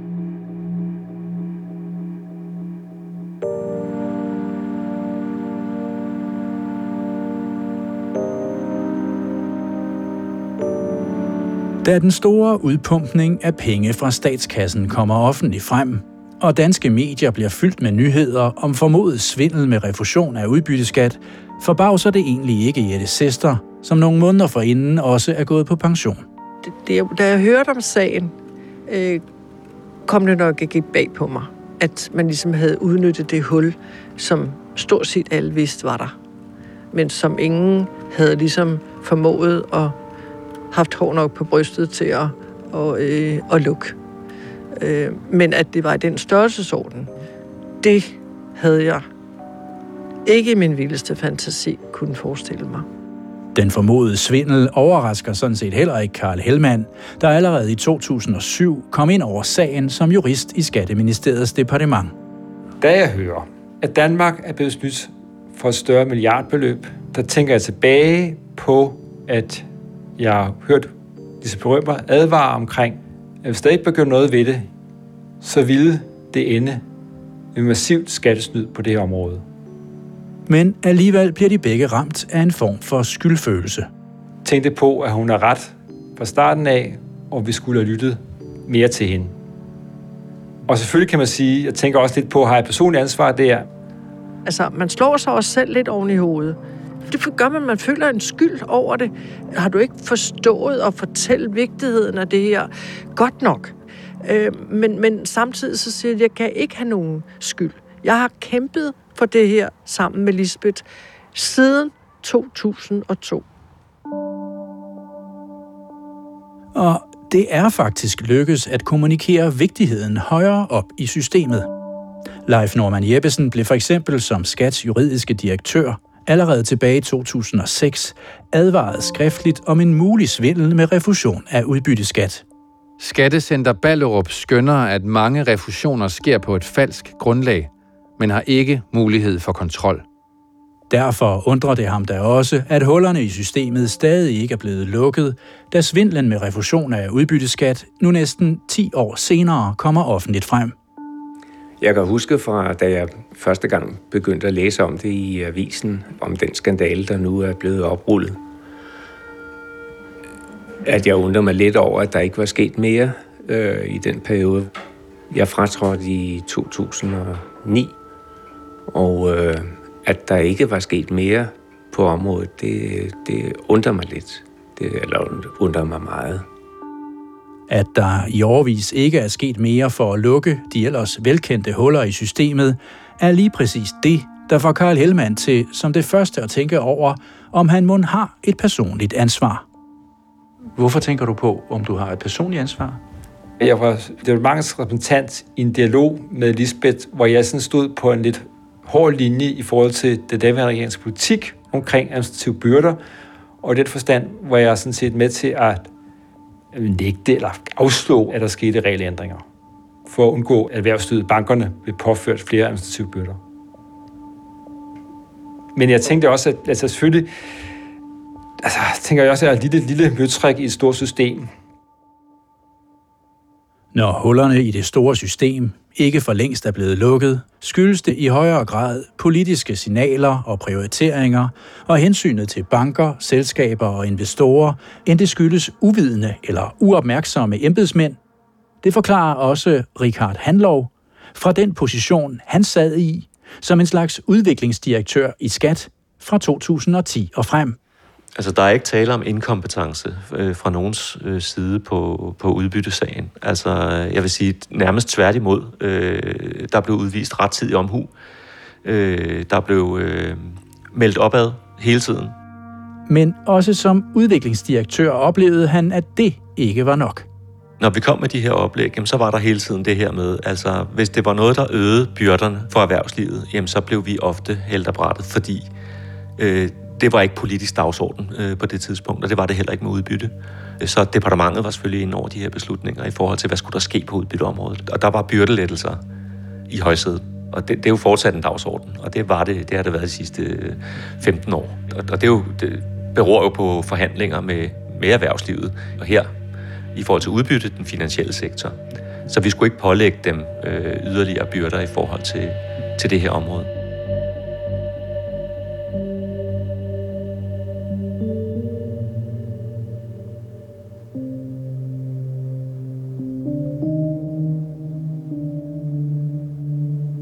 Da den store udpumpning af penge fra statskassen kommer offentligt frem, og danske medier bliver fyldt med nyheder om formodet svindel med refusion af udbytteskat, forbavser det egentlig ikke Jette Sester, som nogle måneder forinden også er gået på pension. Det, det, da jeg hørte om sagen, øh, kom det nok ikke bag på mig, at man ligesom havde udnyttet det hul, som stort set alle vidste var der, men som ingen havde ligesom formået at haft hår nok på brystet til at, og, øh, at lukke. Øh, men at det var i den størrelsesorden, det havde jeg ikke i min vildeste fantasi kunne forestille mig. Den formodede svindel overrasker sådan set heller ikke Carl Hellmann, der allerede i to tusind og syv kom ind over sagen som jurist i Skatteministeriets departement. Da jeg hører, at Danmark er blevet snydt for et større milliardbeløb, der tænker jeg tilbage på, at jeg har hørt disse berømmer advare omkring, at hvis der ikke begynder noget ved det, så ville det ende med massivt skattesnyd på det her område. Men alligevel bliver de begge ramt af en form for skyldfølelse. Tænkte på, at hun er ret fra starten af, og vi skulle have lyttet mere til hende. Og selvfølgelig kan man sige, jeg tænker også lidt på, har jeg personligt ansvar der? Altså, man slår sig også selv lidt oven i hovedet. Det gør man, man føler en skyld over det. Har du ikke forstået at fortælle vigtigheden af det her? Godt nok. Øh, men, men samtidig så siger jeg, at jeg kan ikke have nogen skyld. Jeg har kæmpet for det her sammen med Lisbeth siden to tusind og to. Og det er faktisk lykkedes at kommunikere vigtigheden højere op i systemet. Leif Norman Jeppesen blev for eksempel som Skats juridiske direktør allerede tilbage i to tusind og seks advaret skriftligt om en mulig svindel med refusion af udbytteskat. Skattecenter Ballerup skønner, at mange refusioner sker på et falsk grundlag, men har ikke mulighed for kontrol. Derfor undrer det ham da også, at hullerne i systemet stadig ikke er blevet lukket, da svindlen med refusion af udbytteskat nu næsten ti år senere kommer offentligt frem. Jeg kan huske fra, da jeg første gang begyndte at læse om det i avisen, om den skandale, der nu er blevet oprullet, at jeg undrer mig lidt over, at der ikke var sket mere øh, i den periode. Jeg fratrådte i to tusind og ni, og øh, at der ikke var sket mere på området, det, det undrer mig lidt. Det, eller undrer mig meget. At der i årevis ikke er sket mere for at lukke de ellers velkendte huller i systemet, er lige præcis det, der får Carl Hellmann til som det første at tænke over, om han mon har et personligt ansvar. Hvorfor tænker du på, om du har et personligt ansvar? Jeg var departementets repræsentant i en dialog med Lisbeth, hvor jeg sådan stod på en lidt hård linje i forhold til det daværende regerings politik omkring administrative byrder, og i den forstand var jeg sådan set med til at nægte eller afslå, at der skete regelændringer, for at undgå, at erhvervslivet, bankerne, blev påført flere administrative byrder. Men jeg tænkte også, at altså selvfølgelig, altså, tænker jeg også, at jeg er et lille, lille møtræk i et stort system. Når hullerne i det store system ikke for længst er blevet lukket, skyldes det i højere grad politiske signaler og prioriteringer og hensynet til banker, selskaber og investorer, end det skyldes uvidende eller uopmærksomme embedsmænd. Det forklarer også Richard Hanlov fra den position, han sad i som en slags udviklingsdirektør i Skat fra to tusind og ti og frem. Altså, der er ikke tale om inkompetence øh, fra nogens øh, side på, på udbyttesagen. Altså, jeg vil sige nærmest tværtimod. Øh, der blev udvist rettidig omhu. Øh, der blev øh, meldt opad hele tiden. Men også som udviklingsdirektør oplevede han, at det ikke var nok. Når vi kom med de her oplæg, jamen, så var der hele tiden det her med, altså hvis det var noget, der øgede byrderne for erhvervslivet, jamen, så blev vi ofte hældt af brættet, fordi øh, det var ikke politisk dagsorden øh, på det tidspunkt, og det var det heller ikke med udbytte. Så departementet var selvfølgelig inde over de her beslutninger i forhold til, hvad skulle der ske på udbytteområdet. Og der var byrdelettelser i højsædet, og det, det er jo fortsat en dagsorden, og det var det, det har det været de sidste femten år. Og, og det, er jo, det beror jo på forhandlinger med, med erhvervslivet, og her i forhold til udbytte, den finansielle sektor. Så vi skulle ikke pålægge dem øh, yderligere byrder i forhold til, til det her område.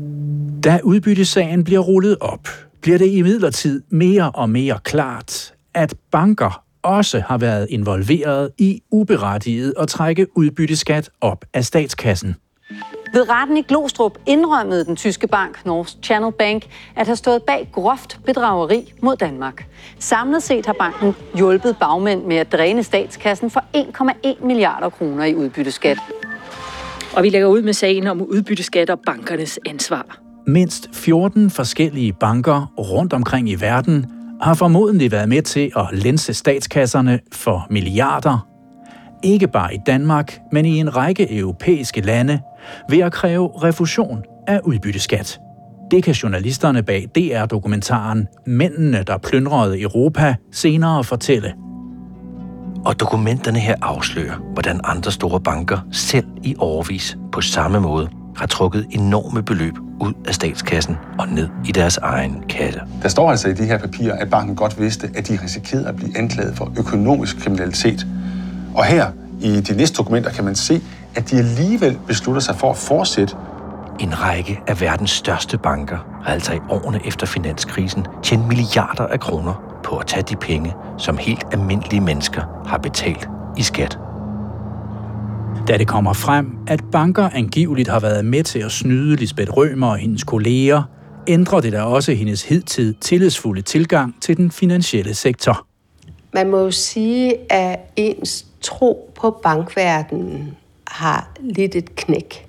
Da udbyttesagen bliver rullet op, bliver det imidlertid mere og mere klart, at banker også har været involveret i uberettiget at trække udbytteskat op af statskassen. Ved retten i Glostrup indrømmede den tyske bank North Channel Bank at have stået bag groft bedrageri mod Danmark. Samlet set har banken hjulpet bagmænd med at dræne statskassen for en komma en milliarder kroner i udbytteskat. Og vi lægger ud med sagen om udbytteskat og bankernes ansvar. Mindst fjorten forskellige banker rundt omkring i verden har formodentlig været med til at lænse statskasserne for milliarder. Ikke bare i Danmark, men i en række europæiske lande, ved at kræve refusion af udbytteskat. Det kan journalisterne bag D R-dokumentaren Mændene, der plyndrede Europa, senere fortælle. Og dokumenterne her afslører, hvordan andre store banker selv i årevis på samme måde har trukket enorme beløb ud af statskassen og ned i deres egen kasse. Der står altså i de her papirer, at banken godt vidste, at de risikerede at blive anklaget for økonomisk kriminalitet. Og her i de næste dokumenter kan man se, at de alligevel beslutter sig for at fortsætte. En række af verdens største banker har altså i årene efter finanskrisen tjent milliarder af kroner på at tage de penge, som helt almindelige mennesker har betalt i skat. Da det kommer frem, at banker angiveligt har været med til at snyde Lisbeth Rømer og hendes kolleger, ændrer det da også hendes hidtil tillidsfulde tilgang til den finansielle sektor. Man må jo sige, at ens tro på bankverdenen har lidt et knæk.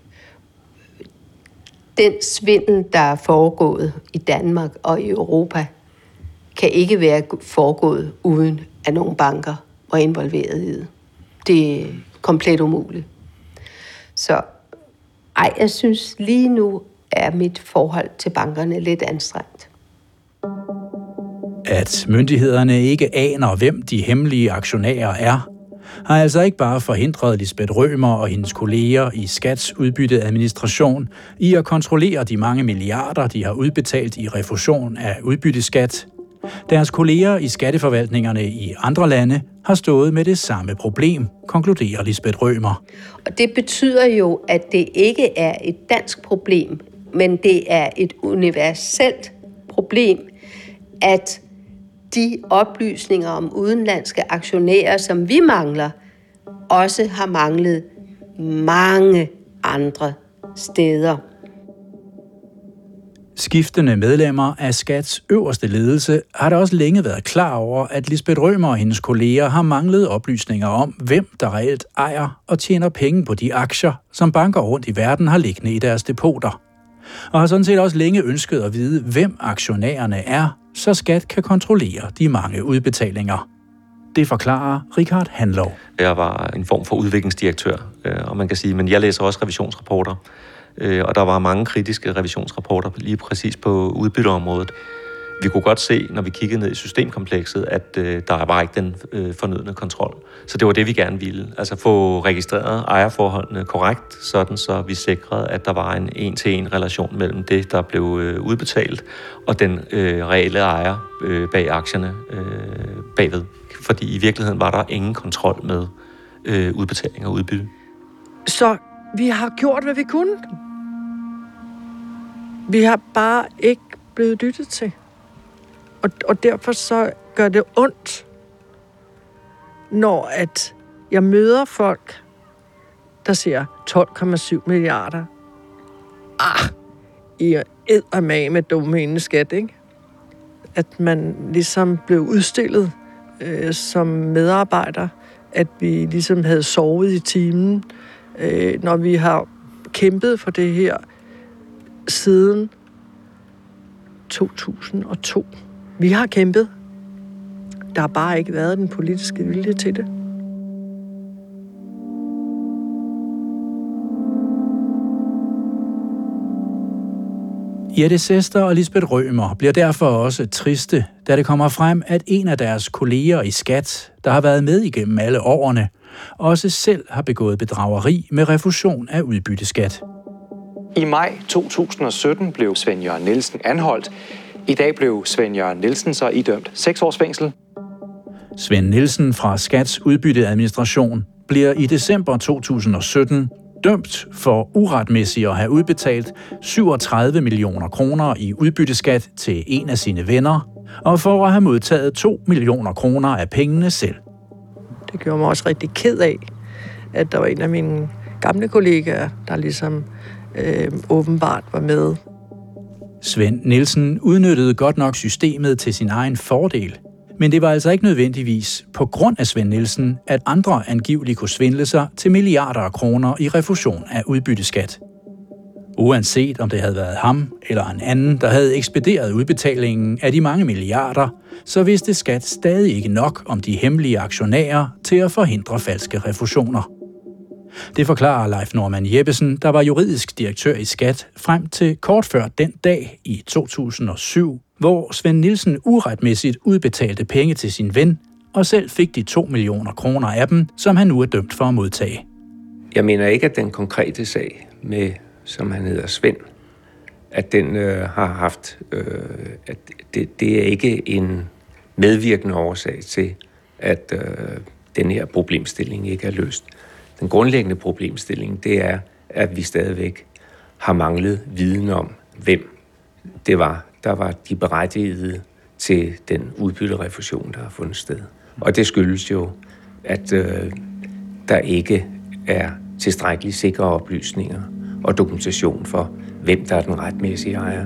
Den svindel, der er foregået i Danmark og i Europa, kan ikke være foregået uden at nogle banker var involveret i det. Det er komplet umuligt. Så ej, jeg synes lige nu er mit forhold til bankerne lidt anstrengt. At myndighederne ikke aner, hvem de hemmelige aktionærer er, har altså ikke bare forhindret Lisbeth Rømer og hendes kolleger i Skats udbytteadministration i at kontrollere de mange milliarder, de har udbetalt i refusion af udbytteskat. Deres kolleger i skatteforvaltningerne i andre lande har stået med det samme problem, konkluderer Lisbeth Rømer. Og det betyder jo, at det ikke er et dansk problem, men det er et universelt problem, at de oplysninger om udenlandske aktionærer, som vi mangler, også har manglet mange andre steder. Skiftende medlemmer af Skats øverste ledelse har da også længe været klar over, at Lisbeth Rømer og hendes kolleger har manglet oplysninger om, hvem der reelt ejer og tjener penge på de aktier, som banker rundt i verden har liggende i deres depoter. Og har sådan set også længe ønsket at vide, hvem aktionærerne er, så Skat kan kontrollere de mange udbetalinger. Det forklarer Richard Hanlov. Jeg var en form for udviklingsdirektør, og man kan sige, men jeg læser også revisionsrapporter. Og der var mange kritiske revisionsrapporter lige præcis på udbytteområdet. Vi kunne godt se, når vi kiggede ned i systemkomplekset, at øh, der var ikke den øh, fornødne kontrol. Så det var det, vi gerne ville. Altså få registreret ejerforholdene korrekt, sådan så vi sikrede, at der var en en-til-en relation mellem det, der blev øh, udbetalt, og den øh, reelle ejer øh, bag aktierne øh, bagved. Fordi i virkeligheden var der ingen kontrol med øh, udbetaling og udbytte. Så vi har gjort, hvad vi kunne. Vi har bare ikke blevet lyttet til. Og, og derfor så gør det ondt, når at jeg møder folk, der siger tolv komma syv milliarder. Ah, I er eddermame med domæneskat, ikke? At man ligesom blev udstillet øh, som medarbejder, at vi ligesom havde sovet i timen, øh, når vi har kæmpet for det her siden to tusind og to. Vi har kæmpet. Der har bare ikke været den politiske vilje til det. Jette Sester og Lisbeth Rømer bliver derfor også triste, da det kommer frem, at en af deres kolleger i Skat, der har været med igennem alle årene, også selv har begået bedrageri med refusion af udbytteskat. I maj to tusind og sytten blev Svend Jørgen Nielsen anholdt. I dag blev Svend Jørgen Nielsen så idømt seks års fængsel. Svend Nielsen fra Skats udbytteadministration bliver i december to tusind og sytten dømt for uretmæssigt at have udbetalt syvogtredive millioner kroner i udbytteskat til en af sine venner, og for at have modtaget to millioner kroner af pengene selv. Det gjorde mig også rigtig ked af, at der var en af mine gamle kollegaer, der ligesom øh, åbenbart var med. Svend Nielsen udnyttede godt nok systemet til sin egen fordel, men det var altså ikke nødvendigvis på grund af Svend Nielsen, at andre angiveligt kunne svindle sig til milliarder af kroner i refusion af udbytteskat. Uanset om det havde været ham eller en anden, der havde ekspederet udbetalingen af de mange milliarder, så vidste skat stadig ikke nok om de hemmelige aktionærer til at forhindre falske refusioner. Det forklarer Leif Norman Jeppesen, der var juridisk direktør i Skat frem til kort før den dag i to tusind og syv, hvor Svend Nielsen uretmæssigt udbetalte penge til sin ven og selv fik de to millioner kroner af dem, som han nu er dømt for at modtage. Jeg mener ikke, at den konkrete sag med, som han hedder Svend, at den øh, har haft, øh, at det, det er ikke en medvirkende årsag til, at øh, den her problemstilling ikke er løst. Den grundlæggende problemstilling, det er, at vi stadigvæk har manglet viden om, hvem det var, der var de berettigede til den udbytterefusion, der har fundet sted. Og det skyldes jo, at øh, der ikke er tilstrækkeligt sikre oplysninger og dokumentation for, hvem der er den retmæssige ejer.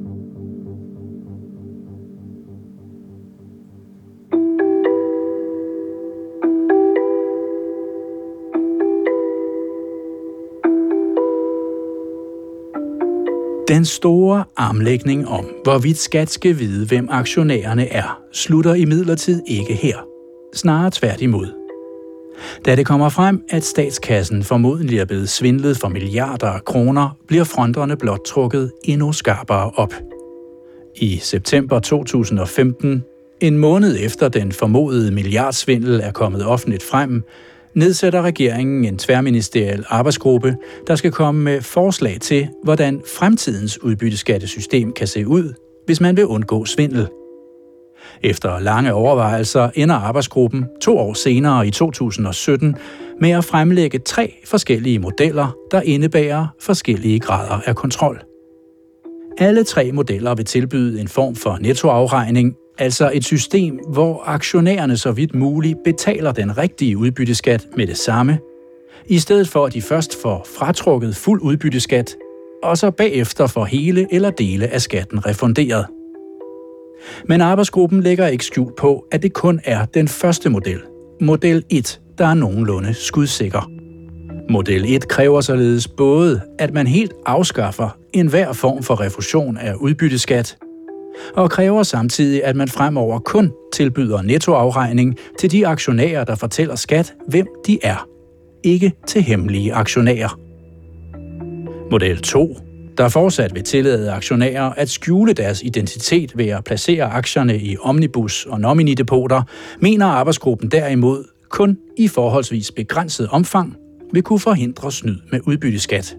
Den store armlægning om, hvorvidt skat skal vide, hvem aktionærerne er, slutter imidlertid ikke her. Snarere tværtimod. Da det kommer frem, at statskassen formodentlig er blevet svindlet for milliarder af kroner, bliver fronterne blot trukket endnu skarpere op. I september to tusind og femten, en måned efter den formodede milliardsvindel er kommet offentligt frem, nedsætter regeringen en tværministeriel arbejdsgruppe, der skal komme med forslag til, hvordan fremtidens udbytteskattesystem kan se ud, hvis man vil undgå svindel. Efter lange overvejelser ender arbejdsgruppen to år senere i to tusind og sytten med at fremlægge tre forskellige modeller, der indebærer forskellige grader af kontrol. Alle tre modeller vil tilbyde en form for nettoafregning, altså et system, hvor aktionærerne så vidt muligt betaler den rigtige udbytteskat med det samme, i stedet for at de først får fratrukket fuld udbytteskat, og så bagefter får hele eller dele af skatten refunderet. Men arbejdsgruppen lægger ikke skjul på, at det kun er den første model, model et, der er nogenlunde skudsikker. Model et kræver således både, at man helt afskaffer enhver form for refusion af udbytteskat, og kræver samtidig, at man fremover kun tilbyder nettoafregning til de aktionærer, der fortæller skat, hvem de er, ikke til hemmelige aktionærer. Model to, der fortsat vil tillade aktionærer at skjule deres identitet ved at placere aktierne i omnibus- og nominidepoter, mener arbejdsgruppen derimod kun i forholdsvis begrænset omfang vil kunne forhindre snyd med udbytteskat.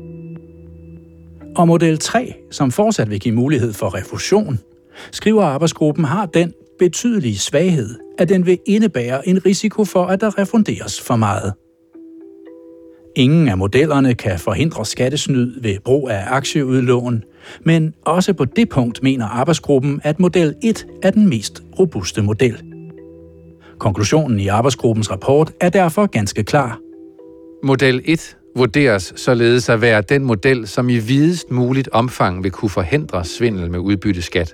Og model tre, som fortsat vil give mulighed for refusion, skriver arbejdsgruppen, har den betydelige svaghed, at den vil indebære en risiko for, at der refunderes for meget. Ingen af modellerne kan forhindre skattesnyd ved brug af aktieudlån, men også på det punkt mener arbejdsgruppen, at model et er den mest robuste model. Konklusionen i arbejdsgruppens rapport er derfor ganske klar. Model et vurderes således at være den model, som i videst muligt omfang vil kunne forhindre svindel med udbytteskat.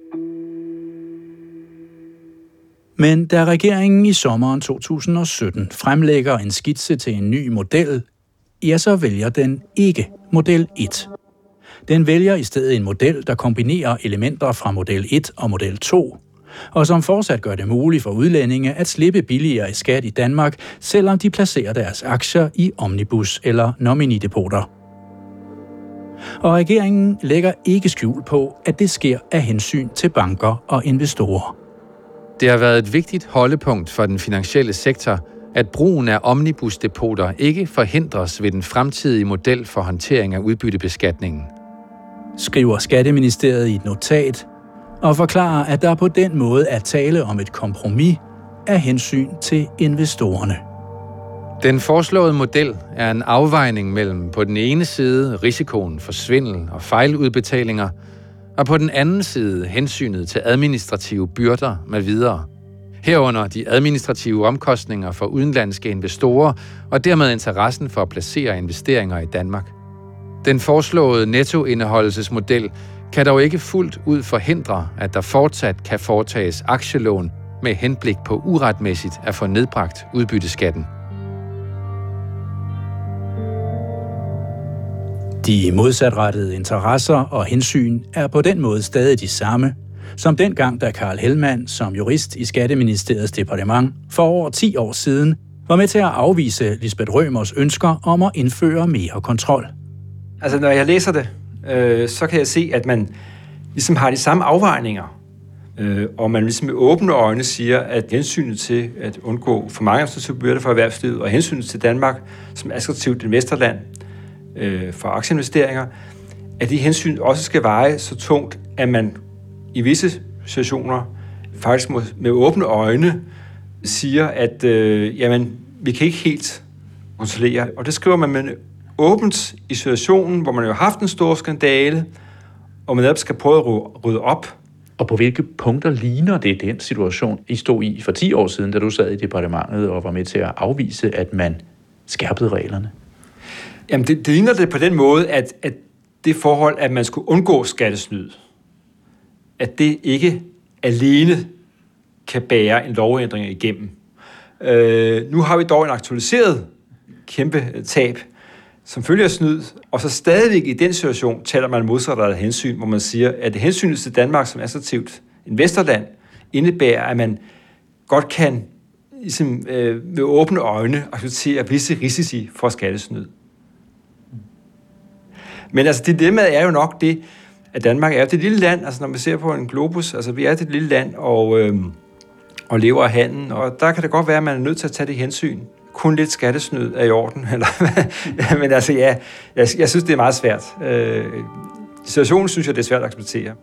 Men da regeringen i sommeren to tusind og sytten fremlægger en skitse til en ny model, ja, så vælger den ikke model et. Den vælger i stedet en model, der kombinerer elementer fra model et og model to, og som fortsat gør det muligt for udlændinge at slippe billigere i skat i Danmark, selvom de placerer deres aktier i omnibus- eller nominidepoter. Og regeringen lægger ikke skjul på, at det sker af hensyn til banker og investorer. Det har været et vigtigt holdepunkt for den finansielle sektor, at brugen af omnibusdepoter ikke forhindres ved den fremtidige model for håndtering af udbyttebeskatningen. Skriver Skatteministeriet i et notat, og forklarer, at der på den måde er tale om et kompromis af hensyn til investorerne. Den foreslåede model er en afvejning mellem på den ene side risikoen for svindel og fejludbetalinger, og på den anden side hensynet til administrative byrder med videre. Herunder de administrative omkostninger for udenlandske investorer og dermed interessen for at placere investeringer i Danmark. Den foreslåede nettoindeholdelsesmodel kan dog ikke fuldt ud forhindre, at der fortsat kan foretages aktielån med henblik på uretmæssigt at få nedbragt udbytteskatten. De modsatrettede interesser og hensyn er på den måde stadig de samme, som dengang, da Carl Hellmann som jurist i Skatteministeriets departement for over ti år siden var med til at afvise Lisbeth Rømers ønsker om at indføre mere kontrol. Altså, når jeg læser det, øh, så kan jeg se, at man ligesom har de samme afvejninger, øh, og man ligesom med åbne øjne siger, at hensynet til at undgå for mange administrative byrder for erhvervslivet og hensynet til Danmark som attraktivt investorland øh, for aktieinvesteringer, at de hensyn også skal veje så tungt, at man i visse situationer faktisk med åbne øjne siger, at øh, jamen, vi kan ikke helt kontrollere. Og det skriver man med åbent i situationen, hvor man jo har haft en stor skandale, og man netop skal prøve at rydde op. Og på hvilke punkter ligner det den situation, I stod i for ti år siden, da du sad i departementet og var med til at afvise, at man skærpede reglerne? Jamen, det, det ligner det på den måde, at, at det forhold, at man skulle undgå skattesnyd, at det ikke alene kan bære en lovændring igennem. Øh, nu har vi dog en aktualiseret kæmpe tab, som følger snyd, og så stadigvæk i den situation taler man modsatrettet hensyn, hvor man siger, at hensynet til Danmark som attraktivt investorland indebærer, at man godt kan ligesom, øh, med åbne øjne acceptere visse risici for skattesnyd. Men altså, dilemmaet er jo nok det, at Danmark er det lille land, altså når man ser på en globus, altså vi er det lille land og, øh, og lever af handel, og der kan det godt være, at man er nødt til at tage det hensyn. Kun lidt skattesnyd er i orden, eller men altså ja, jeg, jeg synes, det er meget svært. Øh, situationen synes jeg, det er svært at acceptere.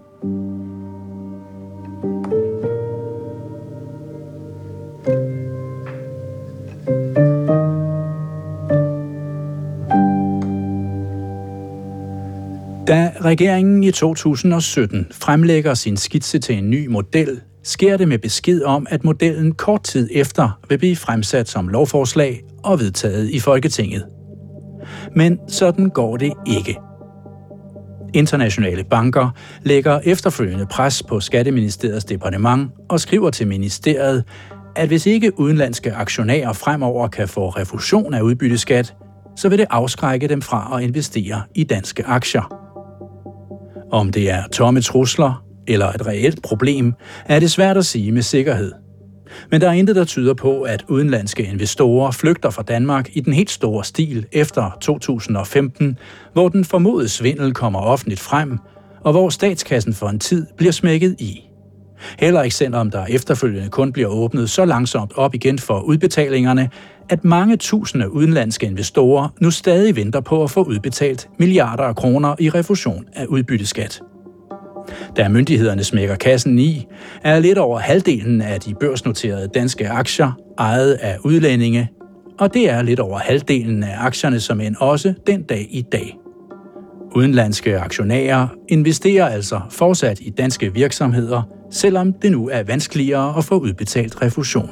Da regeringen i to tusind og sytten fremlægger sin skitse til en ny model, sker det med besked om, at modellen kort tid efter vil blive fremsat som lovforslag og vedtaget i Folketinget. Men sådan går det ikke. Internationale banker lægger efterfølgende pres på Skatteministeriets departement og skriver til ministeriet, at hvis ikke udenlandske aktionærer fremover kan få refusion af udbytteskat, så vil det afskrække dem fra at investere i danske aktier. Om det er tomme trusler eller et reelt problem, er det svært at sige med sikkerhed. Men der er intet, der tyder på, at udenlandske investorer flygter fra Danmark i den helt store stil efter to tusind og femten, hvor den formodede svindel kommer offentligt frem, og hvor statskassen for en tid bliver smækket i. Heller ikke selvom der efterfølgende kun bliver åbnet så langsomt op igen for udbetalingerne, at mange tusinde udenlandske investorer nu stadig venter på at få udbetalt milliarder af kroner i refusion af udbytteskat. Da myndighederne smækker kassen i, er lidt over halvdelen af de børsnoterede danske aktier ejet af udlændinge, og det er lidt over halvdelen af aktierne som end også den dag i dag. Udenlandske aktionærer investerer altså fortsat i danske virksomheder, selvom det nu er vanskeligere at få udbetalt refusion.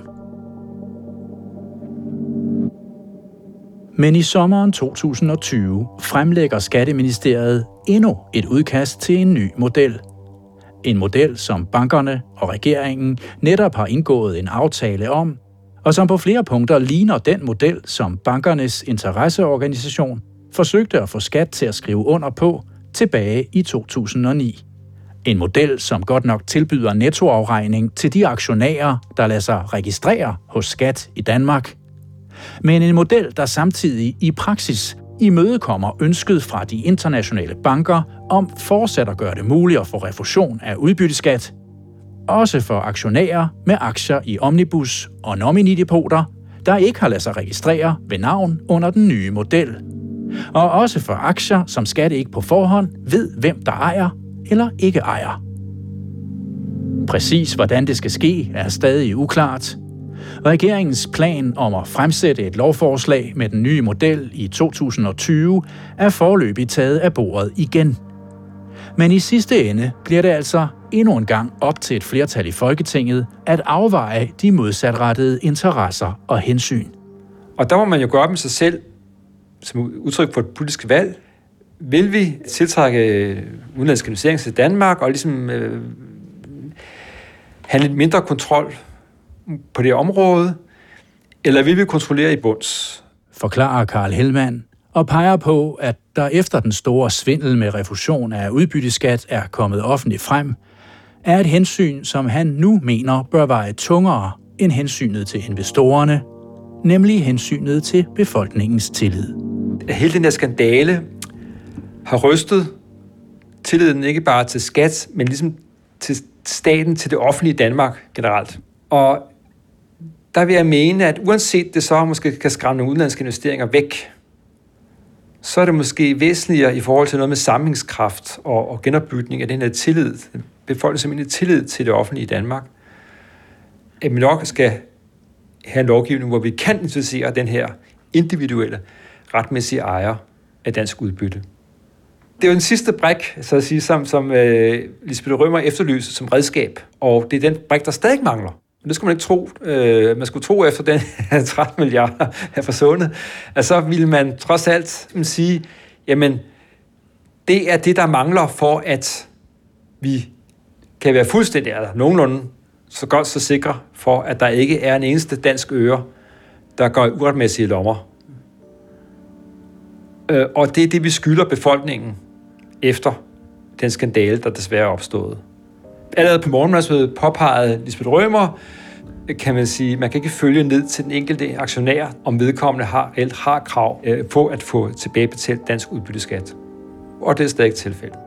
Men i sommeren to tusind og tyve fremlægger Skatteministeriet endnu et udkast til en ny model. En model, som bankerne og regeringen netop har indgået en aftale om, og som på flere punkter ligner den model, som bankernes interesseorganisation forsøgte at få Skat til at skrive under på tilbage i to tusind og ni. En model, som godt nok tilbyder nettoafregning til de aktionærer, der lader sig registrere hos Skat i Danmark. Men en model, der samtidig i praksis imødekommer ønsket fra de internationale banker om fortsat at gøre det muligt at få refusion af udbytteskat, også for aktionærer med aktier i omnibus og nominidepoter, der ikke har ladet sig registrere ved navn under den nye model. Og også for aktier, som Skat ikke på forhånd ved, hvem der ejer eller ikke ejer. Præcis hvordan det skal ske, er stadig uklart. Regeringens plan om at fremsætte et lovforslag med den nye model i to tusind og tyve er foreløbig taget af bordet igen. Men i sidste ende bliver det altså endnu en gang op til et flertal i Folketinget at afveje de modsatrettede interesser og hensyn. Og der må man jo gå op med sig selv, som udtryk for et politisk valg. Vil vi tiltrække udenlandske investeringer til Danmark og ligesom øh, have lidt mindre kontrol på det område, eller vil vi kontrollere i bunds? Forklarer Carl Hellmann og peger på, at der efter den store svindel med refusion af udbytteskat er kommet offentligt frem, er et hensyn, som han nu mener bør veje tungere end hensynet til investorerne, nemlig hensynet til befolkningens tillid. Hele den her skandale har rystet tilliden ikke bare til skat, men ligesom til staten, til det offentlige Danmark generelt. Og der vil jeg mene, at uanset det så måske kan skræmme nogle udenlandske investeringer væk, så er det måske væsentligere i forhold til noget med sammenhængskraft og, og genopbygning af den her tillid, befolkningen simpelthen tillid til det offentlige i Danmark, at vi nok skal have en lovgivning, hvor vi kan identificere den her individuelle, retmæssige ejer af dansk udbytte. Det er jo den sidste brik, så at sige, som, som øh, Lisbeth Rømer efterlyser som redskab, og det er den brik, der stadig mangler. Det skulle man ikke tro. Øh, man skulle tro efter den tretten milliarder er forsvundet, at så ville man trods alt sige, jamen, det er det, der mangler for, at vi kan være fuldstændig, eller nogenlunde så godt så sikre for, at der ikke er en eneste dansk øre, der går i uretmæssige lommer. Øh, og det er det, vi skylder befolkningen efter den skandale, der desværre er opstået. Allerede på morgenmadsmødet påpegede Lisbeth Rømer, kan man sige, man kan ikke følge ned til den enkelte aktionær, om vedkommende har, eller har krav øh, på at få tilbagebetalt dansk udbytteskat. Og det er stadig tilfældet.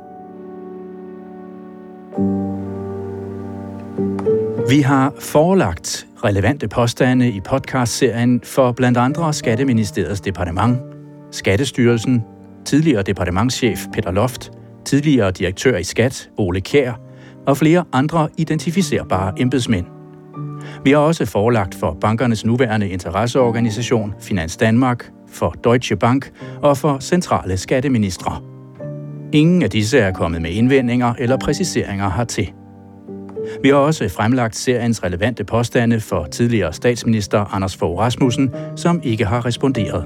Vi har forelagt relevante påstande i podcastserien for blandt andre Skatteministeriets departement, Skattestyrelsen, tidligere departementschef Peter Loft, tidligere direktør i Skat Ole Kjær og flere andre identificerbare embedsmænd. Vi har også forelagt for bankernes nuværende interesseorganisation Finans Danmark, for Deutsche Bank og for centrale skatteministre. Ingen af disse er kommet med indvendinger eller præciseringer hertil. Vi har også fremlagt seriens relevante påstande for tidligere statsminister Anders Fogh Rasmussen, som ikke har responderet.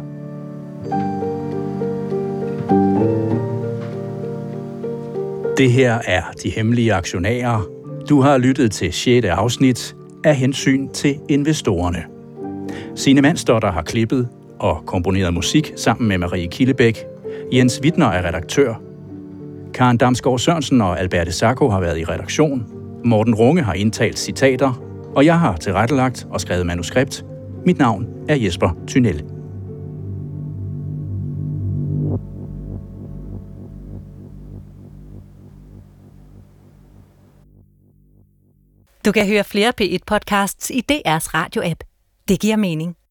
Det her er De Hemmelige Aktionærer. Du har lyttet til sjette afsnit af hensyn til investorerne. Signe Mandsdotter har klippet og komponeret musik sammen med Marie Killebæk. Jens Wittner er redaktør. Karen Damsgaard Sørensen og Alberte Sacco har været i redaktion. Morten Runge har indtalt citater, og jeg har tilrettelagt og skrevet manuskript. Mit navn er Jesper Thynel. Du kan høre flere P et podcasts i D R's radio-app. Det giver mening.